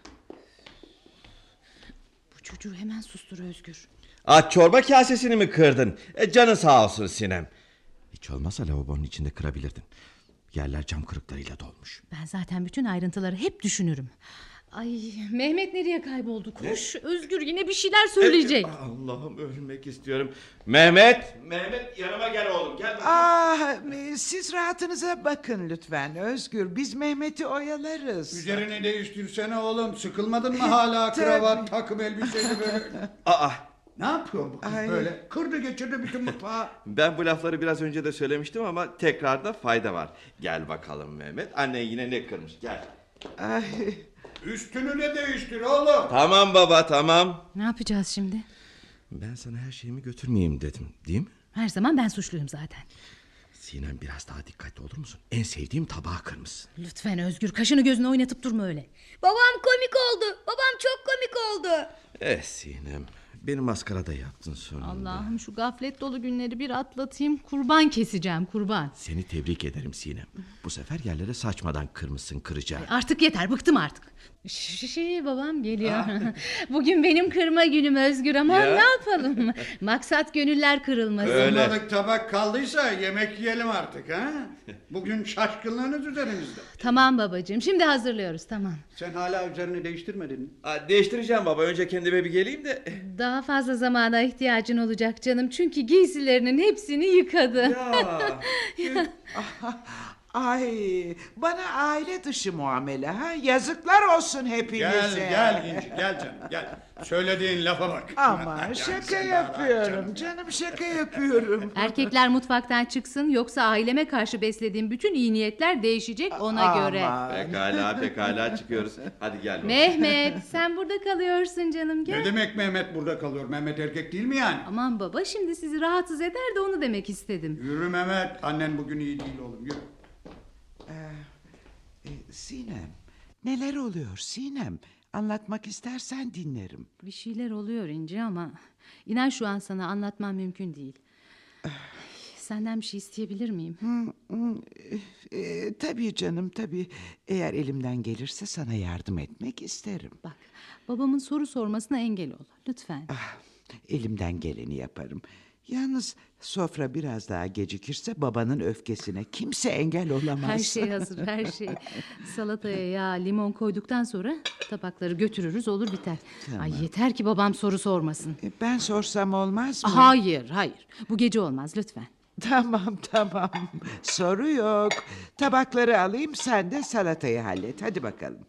Bu çocuğu hemen sustur Özgür. Aa, çorba kasesini mi kırdın? E, canın sağ olsun Sinem. Hiç olmazsa lavabonun içinde kırabilirdin. Yerler cam kırıklarıyla dolmuş. Ben zaten bütün ayrıntıları hep düşünürüm. Ay, Mehmet nereye kayboldu? Koş, Özgür yine bir şeyler söyleyecek. E, Allah'ım, ölmek istiyorum. Mehmet, Mehmet yanıma gel oğlum, gel bakayım. Ah, siz rahatınıza bakın lütfen Özgür. Biz Mehmet'i oyalarız. Üzerini değiştirsene oğlum. Sıkılmadın mı hala kravat, takım elbiseyle böyle? Aa, Ne yapıyor bu kız Ay. böyle? Kırdı geçirdi bütün mutfağı. ben bu lafları biraz önce de söylemiştim ama tekrarda fayda var. Gel bakalım Mehmet, annen yine ne kırmış, gel. Ay, Üstünü de değiştir oğlum. Tamam baba, tamam. Ne yapacağız şimdi? Ben sana her şeyimi götürmeyeyim dedim, değil mi? Her zaman ben suçluyum zaten. Sinem, biraz daha dikkatli olur musun? En sevdiğim tabağı kırmışsın. Lütfen Özgür, kaşını gözünü oynatıp durma öyle. Babam komik oldu. Babam çok komik oldu. Eh Sinem, Beni maskarada yaptın sonunda. Allah'ım şu gaflet dolu günleri bir atlatayım. Kurban keseceğim, kurban. Seni tebrik ederim Sinem. Bu sefer yerlere saçmadan kırmışsın kıracağı. Artık yeter, bıktım artık. Şey, babam geliyor. Bugün benim kırma günüm Özgür, ama Ya. ne yapalım? Maksat gönüller kırılmasın. Öyle. Kırmalık tabak kaldıysa yemek yiyelim artık ha. Bugün şaşkınlığınız üzerimizde. Tamam babacığım, şimdi hazırlıyoruz, tamam. Sen hala üzerini değiştirmedin mi? Aa, değiştireceğim baba. Önce kendime bir geleyim de. Daha fazla zamana ihtiyacın olacak canım. Çünkü giysilerinin hepsini yıkadı. Ya. Ay, bana aile dışı muamele ha. Yazıklar olsun hepinize. Gel gel İnci gel canım gel. Söylediğin lafa bak. Ama Yani şaka sen daha rahat yapıyorum canım. canım, şaka yapıyorum. Erkekler mutfaktan çıksın, yoksa aileme karşı beslediğim bütün iyi niyetler değişecek ona göre. Aman. Pekala pekala çıkıyoruz. Hadi gel baba. Mehmet, sen burada kalıyorsun canım, Ne gel. demek Mehmet burada kalıyor? Mehmet erkek değil mi yani? Aman baba, şimdi sizi rahatsız eder de onu demek istedim. Yürü Mehmet. Annen bugün iyi değil oğlum yürü. E, Sinem, neler oluyor Sinem? Anlatmak istersen dinlerim. Bir şeyler oluyor İnci, ama inan şu an sana anlatmam mümkün değil. Senden bir şey isteyebilir miyim? E, tabii canım, tabii. Eğer elimden gelirse sana yardım etmek isterim. Bak, babamın soru sormasına engel ol lütfen. Elimden geleni yaparım. Yalnız sofra biraz daha gecikirse babanın öfkesine kimse engel olamaz. Her şey hazır, her şey. Salataya yağ, limon koyduktan sonra tabakları götürürüz, olur biter. Tamam. Ay yeter ki babam soru sormasın. E, Ben sorsam olmaz mı? Hayır, hayır. Bu gece olmaz lütfen. Tamam tamam. Soru yok. Tabakları alayım, sen de salatayı hallet. Hadi bakalım.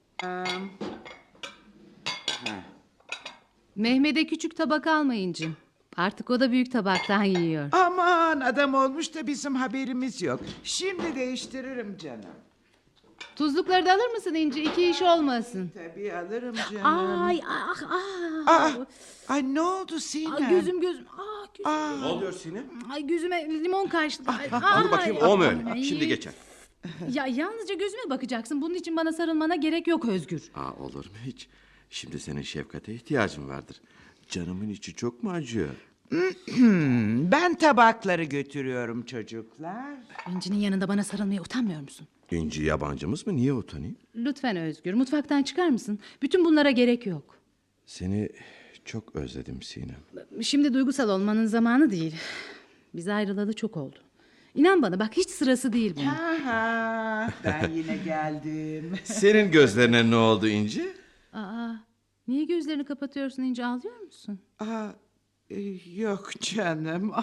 Mehmet'e küçük tabak almayıncım. Artık o da büyük tabaktan yiyor. Aman, adam olmuş da bizim haberimiz yok. Şimdi değiştiririm canım. Tuzlukları da alır mısın İnci? İki iş olmasın. Tabii alırım canım. Ay, ah, ah. Aa, ay ne oldu Sinem? Ay, gözüm gözüm. Ah, gözüm. Aa, Ne oluyor Sinem? Ay, gözüme limon kaçtı. Ay, Dur bakayım ay, o mu ay. öyle? Şimdi geçer. Ya yalnızca gözüme bakacaksın. Bunun için bana sarılmana gerek yok Özgür. Aa, olur mu hiç? Şimdi senin şefkate ihtiyacın vardır. Canımın içi çok mu acıyor? ben tabakları götürüyorum çocuklar. İnci'nin yanında bana sarılmaya utanmıyor musun? İnci yabancımız mı? Niye utanayım? Lütfen Özgür, mutfaktan çıkar mısın? Bütün bunlara gerek yok. Seni çok özledim Sinem. Şimdi duygusal olmanın zamanı değil. Biz ayrılalı çok oldu. İnan bana, bak hiç sırası değil bunun. Aha, ben yine geldim. Senin gözlerine ne oldu İnci? Aa, niye gözlerini kapatıyorsun İnci, ağlıyor musun? Aa, e, yok canım.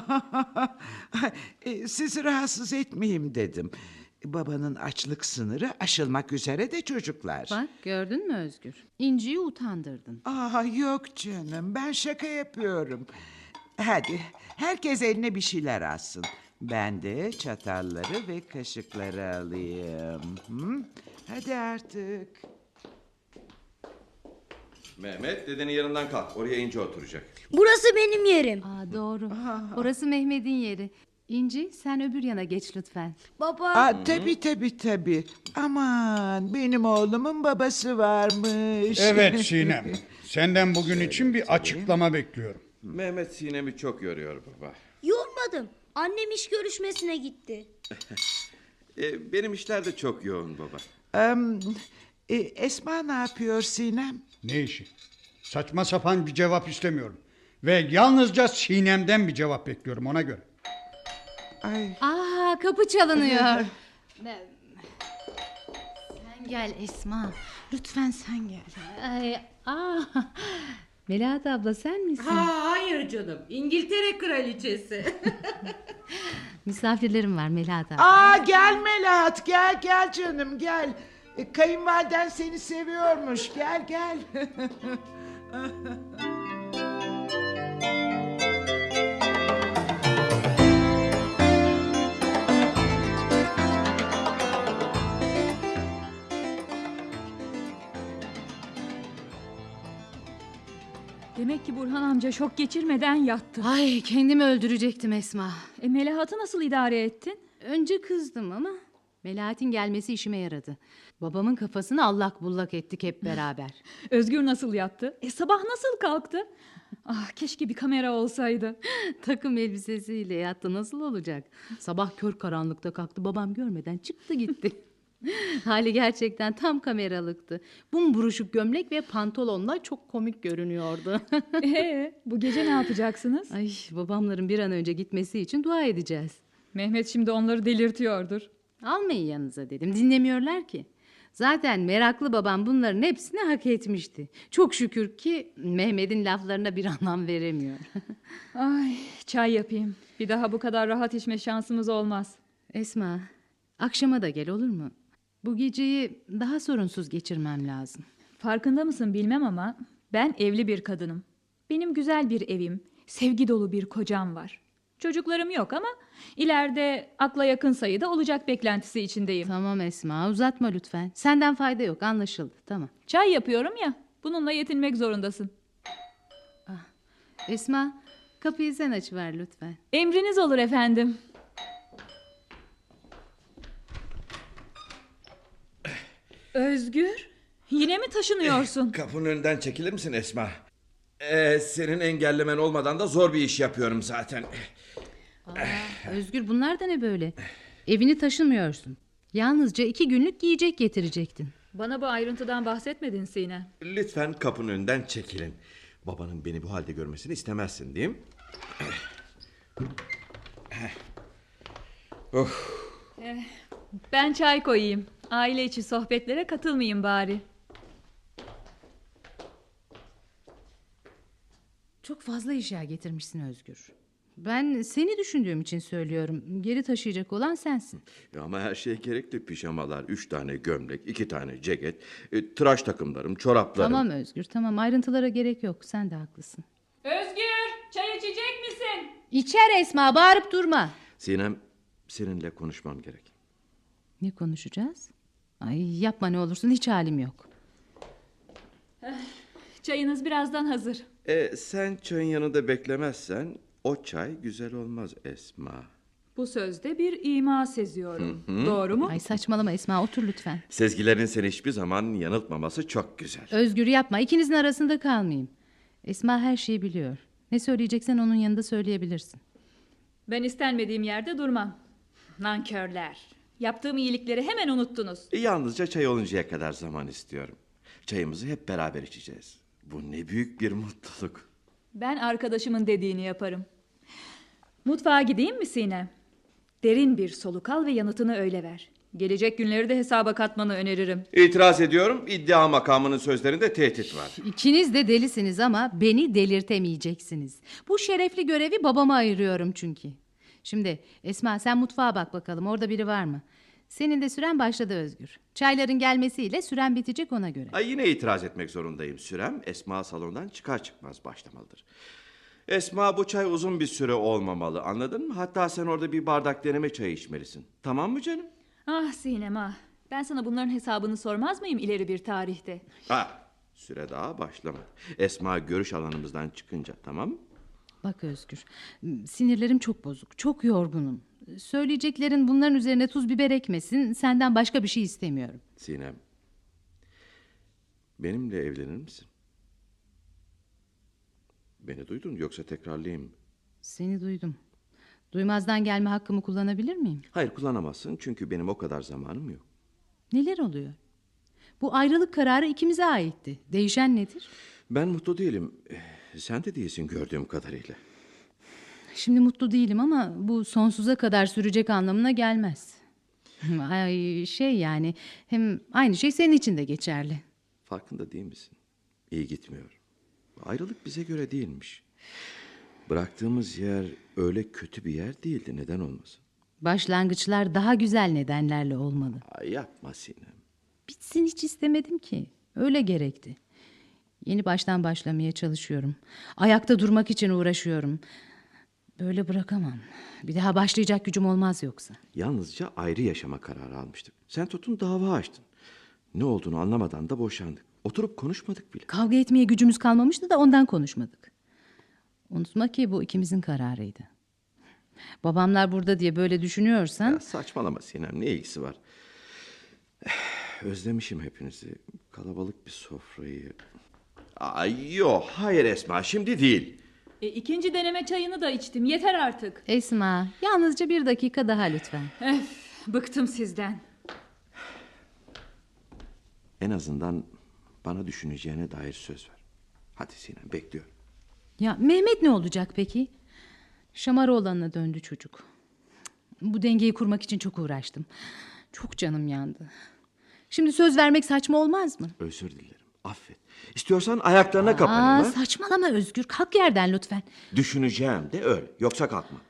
E, Sizi rahatsız etmeyeyim dedim. Babanın açlık sınırı aşılmak üzere de çocuklar. Bak gördün mü Özgür? İnci'yi utandırdın. Aa, yok canım, ben şaka yapıyorum. Hadi herkes eline bir şeyler alsın. Ben de çatalları ve kaşıkları alayım. Hı? Hadi artık. Mehmet dedenin yanından kalk. Oraya İnci oturacak. Burası benim yerim. Aa, doğru. Orası Mehmet'in yeri. İnci, sen öbür yana geç lütfen. Baba. Aa, tabii tabii tabii. Aman, benim oğlumun babası varmış. Evet Sinem. Senden bugün için bir açıklama bekliyorum. Mehmet Sinem'i çok yoruyor baba. Yormadım. Annem iş görüşmesine gitti. Ee, benim işler de çok yoğun baba. Em, e, Esma ne yapıyor Sinem? Ne işi? Saçma sapan bir cevap istemiyorum. Ve yalnızca Sinem'den bir cevap bekliyorum ona göre. Ay. Aa, kapı çalınıyor. Ne- Sen gel Esma. Lütfen sen gel. Ay, aa, Melahat abla sen misin? Ha, hayır canım. İngiltere kraliçesi. Misafirlerim var Melahat abla. Aa, gel Melahat, gel gel canım gel. E, kayınvaliden seni seviyormuş, gel gel. Demek ki Burhan amca şok geçirmeden yattı. Ay, kendimi öldürecektim Esma. E, Melahat'ı nasıl idare ettin? Önce kızdım ama Melahat'in gelmesi işime yaradı. Babamın kafasını allak bullak ettik hep beraber. Özgür nasıl yattı? E sabah nasıl kalktı? Ah, keşke bir kamera olsaydı. Takım elbisesiyle yattı, nasıl olacak? Sabah kör karanlıkta kalktı, babam görmeden çıktı gitti. Hali gerçekten tam kameralıktı. Bumburuşuk gömlek ve pantolonla çok komik görünüyordu. Ee, bu gece ne yapacaksınız? Ay, babamların bir an önce gitmesi için dua edeceğiz. Mehmet şimdi onları delirtiyordur. Almayın yanınıza dedim, dinlemiyorlar ki. Zaten meraklı babam bunların hepsini hak etmişti. Çok şükür ki Mehmet'in laflarına bir anlam veremiyor. Ay, çay yapayım. Bir daha bu kadar rahat içme şansımız olmaz. Esma, akşama da gel, olur mu? Bu geceyi daha sorunsuz geçirmem lazım. Farkında mısın bilmem ama ben evli bir kadınım. Benim güzel bir evim, sevgi dolu bir kocam var. Çocuklarım yok ama ileride akla yakın sayıda olacak beklentisi içindeyim. Tamam Esma, uzatma lütfen. Senden fayda yok, anlaşıldı, tamam. Çay yapıyorum ya, bununla yetinmek zorundasın. Esma, kapıyı sen açıver lütfen. Emriniz olur efendim. Özgür, yine mi taşınıyorsun? Kapının önünden çekilir misin Esma? Ee, senin engellemen olmadan da zor bir iş yapıyorum zaten. Aa, Özgür, bunlar da ne böyle? Evini taşımıyorsun. Yalnızca iki günlük giyecek getirecektin. Bana bu ayrıntıdan bahsetmedin Sine. Lütfen kapının önünden çekilin. Babanın beni bu halde görmesini istemezsin değil mi? Oh. Eh, ben çay koyayım. Aile içi sohbetlere katılmayayım bari. Çok fazla eşya getirmişsin Özgür. Ben seni düşündüğüm için söylüyorum. Geri taşıyacak olan sensin. Ya ama her şey gerekli. Pijamalar, üç tane gömlek, iki tane ceket, e, tıraş takımlarım, çoraplarım. Tamam Özgür, tamam, ayrıntılara gerek yok. Sen de haklısın. Özgür, çay içecek misin? İçer Esma, bağırıp durma. Sinem, seninle konuşmam gerek. Ne konuşacağız? Ay yapma ne olursun, hiç halim yok. Çayınız birazdan hazır. E, sen çayın yanında beklemezsen o çay güzel olmaz Esma. Bu sözde bir ima seziyorum. Doğru mu? Ay saçmalama Esma, otur lütfen. Sezgilerin seni hiçbir zaman yanıltmaması çok güzel. Özgür yapma, ikinizin arasında kalmayayım. Esma her şeyi biliyor. Ne söyleyeceksen onun yanında söyleyebilirsin. Ben istenmediğim yerde durmam. Nankörler. Yaptığım iyilikleri hemen unuttunuz. E, yalnızca çay oluncaya kadar zaman istiyorum. Çayımızı hep beraber içeceğiz. Bu ne büyük bir mutluluk. Ben arkadaşımın dediğini yaparım. Mutfağa gideyim mi Sinem? Derin bir soluk al ve yanıtını öyle ver. Gelecek günleri de hesaba katmanı öneririm. İtiraz ediyorum. İddia makamının sözlerinde tehdit var. İkiniz de delisiniz ama beni delirtemeyeceksiniz. Bu şerefli görevi babama ayırıyorum çünkü. Şimdi Esma, sen mutfağa bak bakalım, orada biri var mı? Senin de süren başladı Özgür. Çayların gelmesiyle süren bitecek, ona göre. Ay, yine itiraz etmek zorundayım. Sürem Esma salondan çıkar çıkmaz başlamalıdır. Esma, bu çay uzun bir süre olmamalı, anladın mı? Hatta sen orada bir bardak deneme çayı içmelisin. Tamam mı canım? Ah Sinem ah. Ben sana bunların hesabını sormaz mıyım ileri bir tarihte? Ha, süre daha başlamadı. Esma görüş alanımızdan çıkınca, tamam mı? Bak Özgür, sinirlerim çok bozuk, çok yorgunum. Söyleyeceklerin bunların üzerine tuz biber ekmesin, senden başka bir şey istemiyorum. Sinem, benimle evlenir misin? Beni duydun, yoksa tekrarlayayım mı? Seni duydum. Duymazdan gelme hakkımı kullanabilir miyim? Hayır, kullanamazsın çünkü benim o kadar zamanım yok. Neler oluyor? Bu ayrılık kararı ikimize aitti. Değişen nedir? Ben mutlu değilim. Sen de değilsin gördüğüm kadarıyla. Şimdi mutlu değilim ama bu sonsuza kadar sürecek anlamına gelmez. Ay şey yani, hem aynı şey senin için de geçerli. Farkında değil misin? İyi gitmiyor. Ayrılık bize göre değilmiş. Bıraktığımız yer öyle kötü bir yer değildi. Neden olmasın? Başlangıçlar daha güzel nedenlerle olmalı. Ay, yapma Sinem. Bitsin hiç istemedim ki. Öyle gerekti. Yeni baştan başlamaya çalışıyorum. Ayakta durmak için uğraşıyorum. Böyle bırakamam. Bir daha başlayacak gücüm olmaz yoksa. Yalnızca ayrı yaşama kararı almıştık. Sen tutun dava açtın. Ne olduğunu anlamadan da boşandık. Oturup konuşmadık bile. Kavga etmeye gücümüz kalmamıştı da ondan konuşmadık. Unutma ki bu ikimizin kararıydı. Babamlar burada diye böyle düşünüyorsan... Ya saçmalama Sinem, ne ilgisi var? Özlemişim hepinizi. Kalabalık bir sofrayı. Ay yok, hayır Esma, şimdi değil. E, ikinci deneme çayını da içtim. Yeter artık. Esma, yalnızca bir dakika daha lütfen. Öf, bıktım sizden. En azından bana düşüneceğine dair söz ver. Hadi Sinem, bekliyorum. Ya Mehmet ne olacak peki? Şamaroğlan'ına döndü çocuk. Bu dengeyi kurmak için çok uğraştım. Çok canım yandı. Şimdi söz vermek saçma olmaz mı? Özür dilerim, affet. İstiyorsan ayaklarına Aa, kapanayım. ha? saçmalama Özgür. Kalk yerden lütfen. Düşüneceğim de öyle. Yoksa kalkma.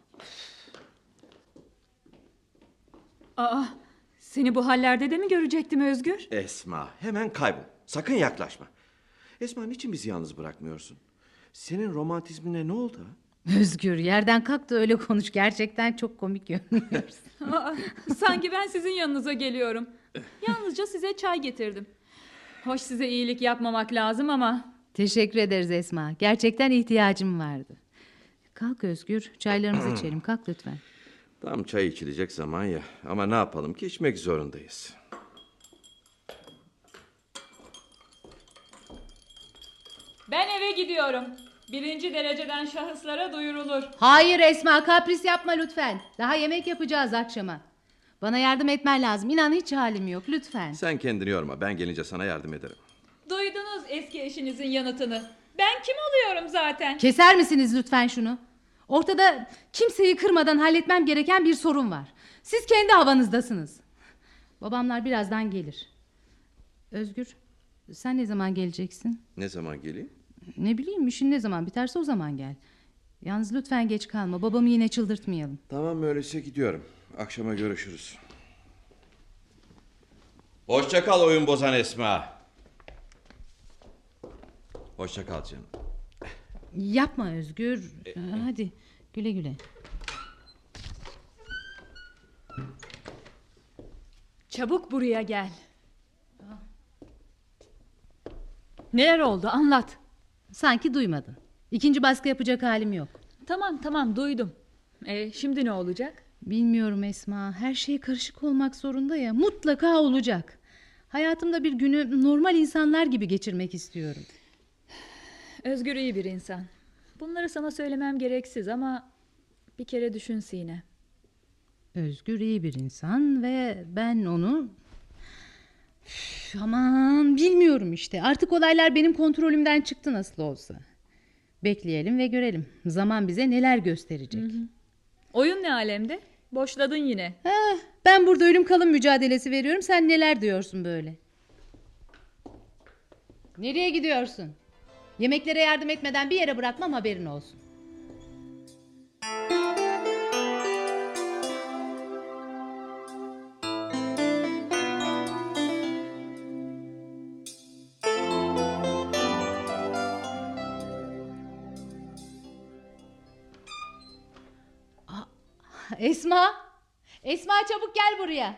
Aa, seni bu hallerde de mi görecektim Özgür? Esma, hemen kaybol. Sakın yaklaşma. Esma, niçin bizi yalnız bırakmıyorsun? Senin romantizmine ne oldu? ha? Özgür, yerden kalk da öyle konuş. Gerçekten çok komik görünüyorsun. Aa, sanki ben sizin yanınıza geliyorum. Yalnızca size çay getirdim. Hoş, size iyilik yapmamak lazım ama... Teşekkür ederiz Esma. Gerçekten ihtiyacım vardı. Kalk Özgür, çaylarımızı içelim. Kalk lütfen. Tam çay içilecek zaman ya. Ama ne yapalım ki, içmek zorundayız. Ben eve gidiyorum. Birinci dereceden şahıslara duyurulur. Hayır Esma, kapris yapma lütfen. Daha yemek yapacağız akşama. Bana yardım etmen lazım. İnan hiç halim yok, lütfen. Sen kendini yorma. Ben gelince sana yardım ederim. Duydunuz eski eşinizin yanıtını. Ben kim oluyorum zaten? Keser misiniz lütfen şunu? Ortada kimseyi kırmadan halletmem gereken bir sorun var. Siz kendi havanızdasınız. Babamlar birazdan gelir. Özgür, sen ne zaman geleceksin? Ne zaman geleyim? Ne bileyim, işin ne zaman biterse o zaman gel. Yalnız lütfen geç kalma. Babamı yine çıldırtmayalım. Tamam, öyleyse gidiyorum. Akşama görüşürüz. Hoşça kal oyun bozan Esma. Hoşça kal canım. Yapma Özgür. Hadi güle güle. Çabuk buraya gel. Neler oldu, anlat. Sanki duymadın. İkinci baskı yapacak halim yok. Tamam tamam, duydum. E, şimdi ne olacak? Bilmiyorum Esma. Her şey karışık olmak zorunda ya. Mutlaka olacak. Hayatımda bir günü normal insanlar gibi geçirmek istiyorum. Özgür iyi bir insan. Bunları sana söylemem gereksiz ama bir kere düşün Sine. Özgür iyi bir insan ve ben onu... Üf, aman bilmiyorum işte. Artık olaylar benim kontrolümden çıktı nasıl olsa. Bekleyelim ve görelim. Zaman bize neler gösterecek. Hı hı. Oyun ne alemde? Boşladın yine. Ah, ben burada ölüm kalım mücadelesi veriyorum. Sen neler diyorsun böyle? Nereye gidiyorsun? Yemeklere yardım etmeden bir yere bırakmam, haberin olsun. Esma! Esma çabuk gel buraya.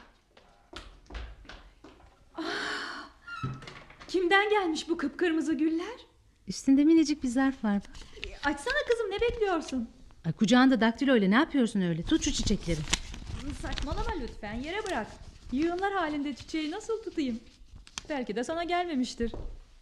Ah, kimden gelmiş bu kıpkırmızı güller? Üstünde minicik bir zarf var. Açsana kızım, ne bekliyorsun? Ay, kucağında daktilo öyle, ne yapıyorsun öyle? Tut şu çiçekleri. Saçmalama lütfen, yere bırak. Yığınlar halinde çiçeği nasıl tutayım? Belki de sana gelmemiştir.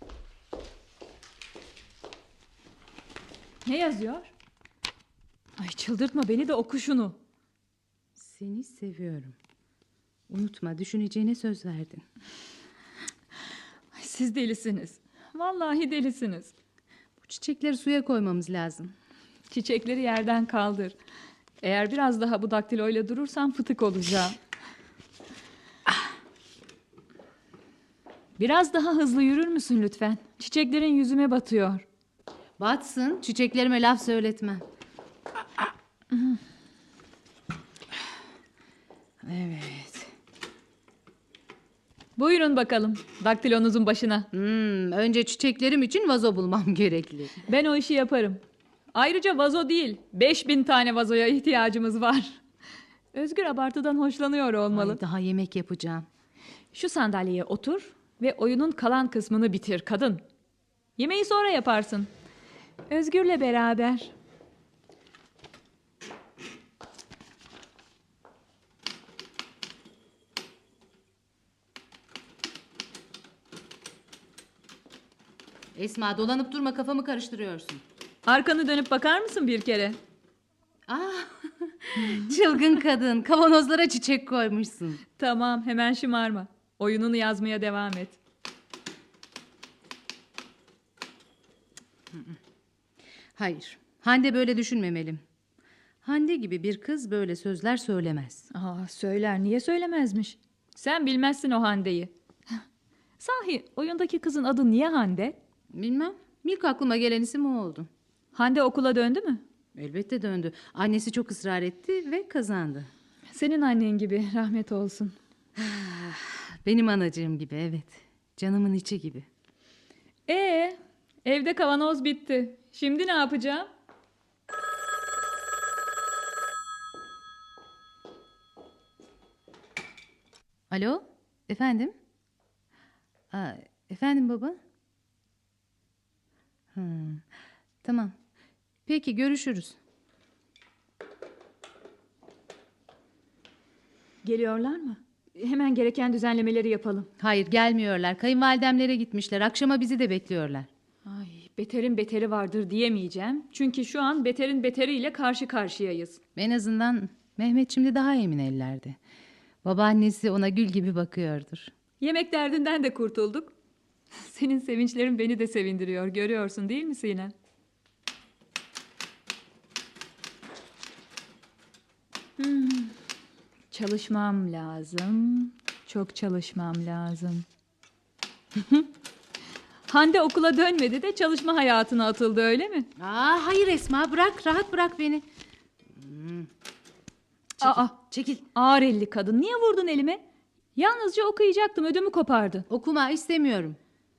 Ne yazıyor? Ay çıldırtma beni de, oku şunu. Seni seviyorum. Unutma, düşüneceğine söz verdin. Ay, siz delisiniz. Vallahi delisiniz. Bu çiçekleri suya koymamız lazım. Çiçekleri yerden kaldır. Eğer biraz daha bu daktiloyla durursan fıtık olacağım. Biraz daha hızlı yürür müsün lütfen? Çiçeklerin yüzüme batıyor. Batsın, çiçeklerime laf söyletmem. Evet. Buyurun bakalım daktilonuzun başına. Hmm, önce çiçeklerim için vazo bulmam gerekli. Ben o işi yaparım. Ayrıca vazo değil, beş bin tane vazoya ihtiyacımız var. Özgür abartıdan hoşlanıyor olmalı. Ay, daha yemek yapacağım. Şu sandalyeye otur ve oyunun kalan kısmını bitir kadın. Yemeği sonra yaparsın. Özgür'le beraber. Esma dolanıp durma, kafamı karıştırıyorsun. Arkanı dönüp bakar mısın bir kere? Ah, çılgın kadın, kavanozlara çiçek koymuşsun. Tamam, hemen şımarma. Oyununu yazmaya devam et. Hayır, Hande böyle düşünmemeli. Hande gibi bir kız böyle sözler söylemez. Aa, söyler, niye söylemezmiş? Sen bilmezsin o Hande'yi. Sahi oyundaki kızın adı niye Hande? Bilmem, ilk aklıma gelen isim o oldu. Hande okula döndü mü? Elbette döndü. Annesi çok ısrar etti ve kazandı. Senin annen gibi, rahmet olsun. Benim anacığım gibi, evet. Canımın içi gibi. Ee, evde kavanoz bitti. Şimdi ne yapacağım? Alo, efendim? Aa, efendim baba? Hmm, tamam. Peki, görüşürüz. Geliyorlar mı? Hemen gereken düzenlemeleri yapalım. Hayır, gelmiyorlar. Kayınvalidemlere gitmişler. Akşama bizi de bekliyorlar. Ay, beterin beteri vardır diyemeyeceğim. Çünkü şu an beterin beteriyle karşı karşıyayız. En azından Mehmet şimdi daha emin ellerde. Babaannesi ona gül gibi bakıyordur. Yemek derdinden de kurtulduk. Senin sevinçlerin beni de sevindiriyor. Görüyorsun değil mi Sinem? Hmm. Çalışmam lazım. Çok çalışmam lazım. Hande okula dönmedi de çalışma hayatına atıldı, öyle mi? Aa, hayır Esma, bırak, rahat bırak beni. Çekil, Aa, çekil. ağır elli kadın. Niye vurdun elime? Yalnızca okuyacaktım, ödümü kopardı. Okuma, istemiyorum.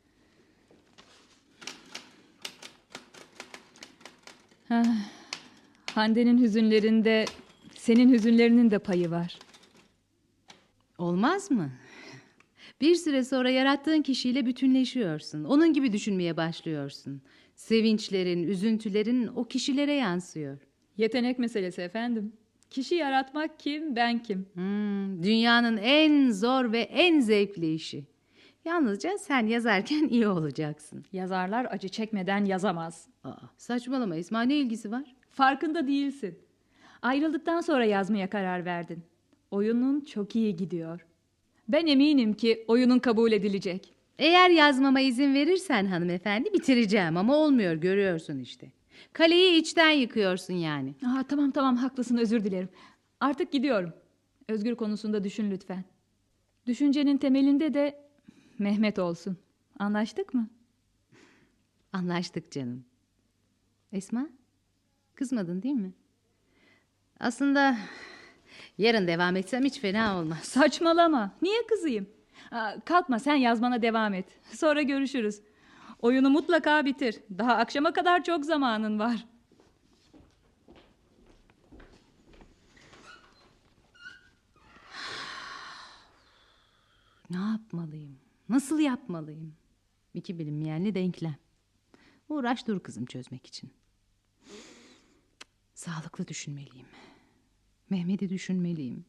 Ah, Hande'nin hüzünlerinde senin hüzünlerinin de payı var. Olmaz mı? Bir süre sonra yarattığın kişiyle bütünleşiyorsun. Onun gibi düşünmeye başlıyorsun. Sevinçlerin, üzüntülerin o kişilere yansıyor. Yetenek meselesi efendim. Kişi yaratmak kim, ben kim? Hmm, dünyanın en zor ve en zevkli işi. Yalnızca sen yazarken iyi olacaksın. Yazarlar acı çekmeden yazamaz. Aa, saçmalama Esma, ne ilgisi var? Farkında değilsin. Ayrıldıktan sonra yazmaya karar verdin. Oyunun çok iyi gidiyor. Ben eminim ki oyunun kabul edilecek. Eğer yazmama izin verirsen hanımefendi bitireceğim ama olmuyor, görüyorsun işte. Kaleyi içten yıkıyorsun yani. Aa, tamam tamam haklısın, özür dilerim. Artık gidiyorum. Özgür konusunda düşün lütfen. Düşüncenin temelinde de Mehmet olsun. Anlaştık mı? Anlaştık canım. Esma, kızmadın değil mi? Aslında yarın devam etsem hiç fena olmaz. Saçmalama. Niye kızayım? Aa, kalkma, sen yazmana devam et. Sonra görüşürüz. Oyunu mutlaka bitir. Daha akşama kadar çok zamanın var. Ne yapmalıyım? Nasıl yapmalıyım? İki bilinmeyenli denklem. Uğraş dur kızım çözmek için. Sağlıklı düşünmeliyim. Mehmet'i düşünmeliyim.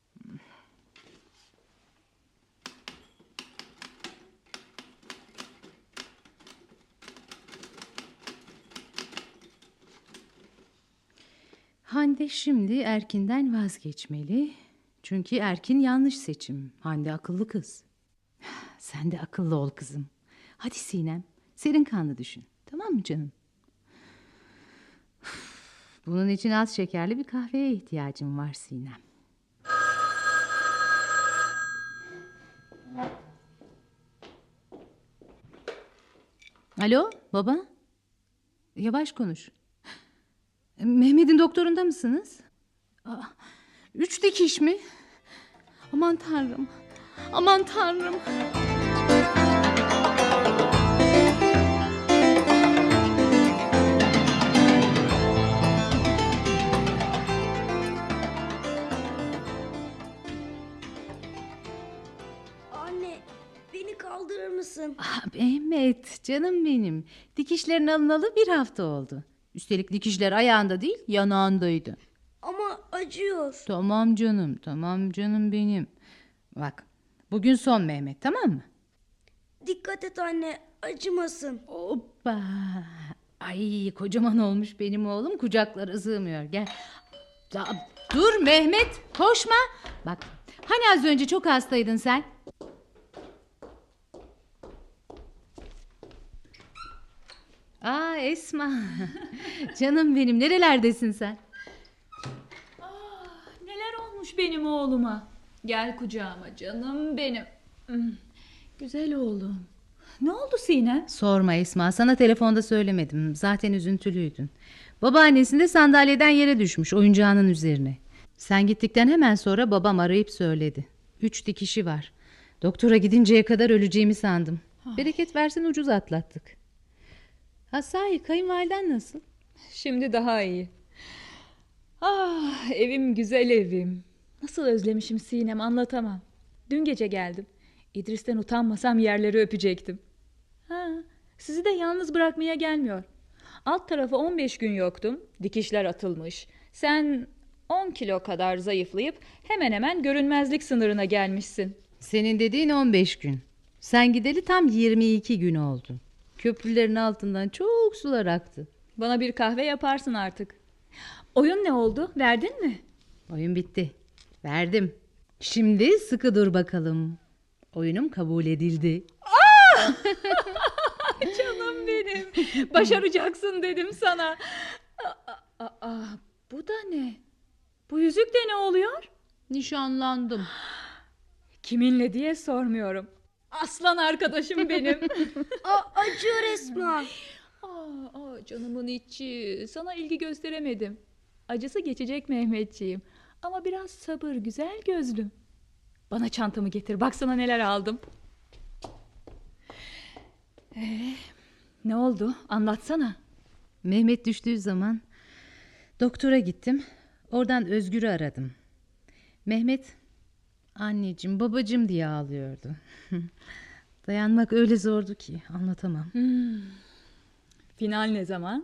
Hande şimdi Erkin'den vazgeçmeli. Çünkü Erkin yanlış seçim. Hande akıllı kız. Sen de akıllı ol kızım. Hadi Sinem, serin kanlı düşün. Tamam mı canım? Bunun için az şekerli bir kahveye ihtiyacım var Sinem. Alo baba. Yavaş konuş. Mehmet'in doktorunda mısınız? Aa, üç dikiş mi? Aman tanrım. Aman tanrım. Anne, beni kaldırır mısın? Ah, Mehmet canım benim. Dikişlerin alınalı bir hafta oldu. Üstelik dikişler ayağında değil yanağındaydı. Ama acıyor. Tamam canım, tamam canım benim. Bak, bugün son Mehmet, tamam mı? Dikkat et anne, acımasın. Hoppa. Ay kocaman olmuş benim oğlum, kucaklara sığmıyor. Gel. Ya, dur Mehmet, koşma. Bak hani az önce çok hastaydın sen. Aa Esma. Canım benim, nerelerdesin sen? Neler olmuş benim oğluma? Gel kucağıma canım benim. Hmm, güzel oğlum. Ne oldu Sinem? Sorma Esma, sana telefonda söylemedim. Zaten üzüntülüydün. Babaannesinde sandalyeden yere düşmüş, oyuncağının üzerine. Sen gittikten hemen sonra babam arayıp söyledi. Üç dikişi var. Doktora gidinceye kadar öleceğimi sandım. Bereket versin ucuz atlattık. Ha sahi, kayınvaliden nasıl? Şimdi daha iyi. Ah, evim güzel evim. Nasıl özlemişim Sinem, anlatamam. Dün gece geldim. İdris'ten utanmasam yerleri öpecektim. Ha, sizi de yalnız bırakmaya gelmiyor. Alt tarafı on beş gün yoktum. Dikişler atılmış. Sen on kilo kadar zayıflayıp hemen hemen görünmezlik sınırına gelmişsin. Senin dediğin on beş gün. Sen gideli tam yirmi iki gün oldu. Köprülerin altından çok sular aktı. Bana bir kahve yaparsın artık. Oyun ne oldu? Verdin mi? Oyun bitti. Verdim. Şimdi sıkı dur bakalım. Oyunum kabul edildi. Canım benim. Başaracaksın dedim sana. Aa, aa, aa, bu da ne? Bu yüzük de ne oluyor? Nişanlandım. Kiminle diye sormuyorum. Aslan arkadaşım benim. Aa, acıyor Esma. Aa, aa, canımın içi. Sana ilgi gösteremedim. Acısı geçecek Mehmetciğim. Ama biraz sabır, güzel gözlüm. Bana çantamı getir. Baksana neler aldım. Ee, ne oldu? Anlatsana. Mehmet düştüğü zaman doktora gittim. Oradan Özgür'ü aradım. Mehmet anneciğim, babacığım diye ağlıyordu. Dayanmak öyle zordu ki anlatamam. Hmm. Final ne zaman?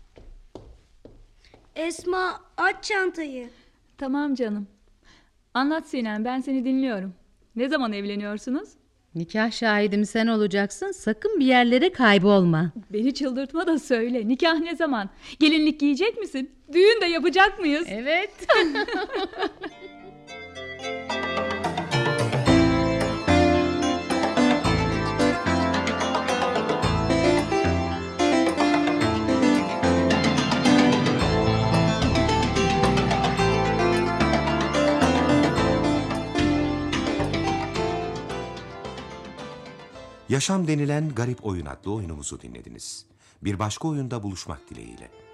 Esma, aç çantayı. Tamam canım. Anlat Sinem, ben seni dinliyorum. Ne zaman evleniyorsunuz? Nikah şahidim sen olacaksın. Sakın bir yerlere kaybolma. Beni çıldırtma da söyle. Nikah ne zaman? Gelinlik giyecek misin? Düğün de yapacak mıyız? Evet. Yaşam denilen garip oyun adlı oyunumuzu dinlediniz. Bir başka oyunda buluşmak dileğiyle.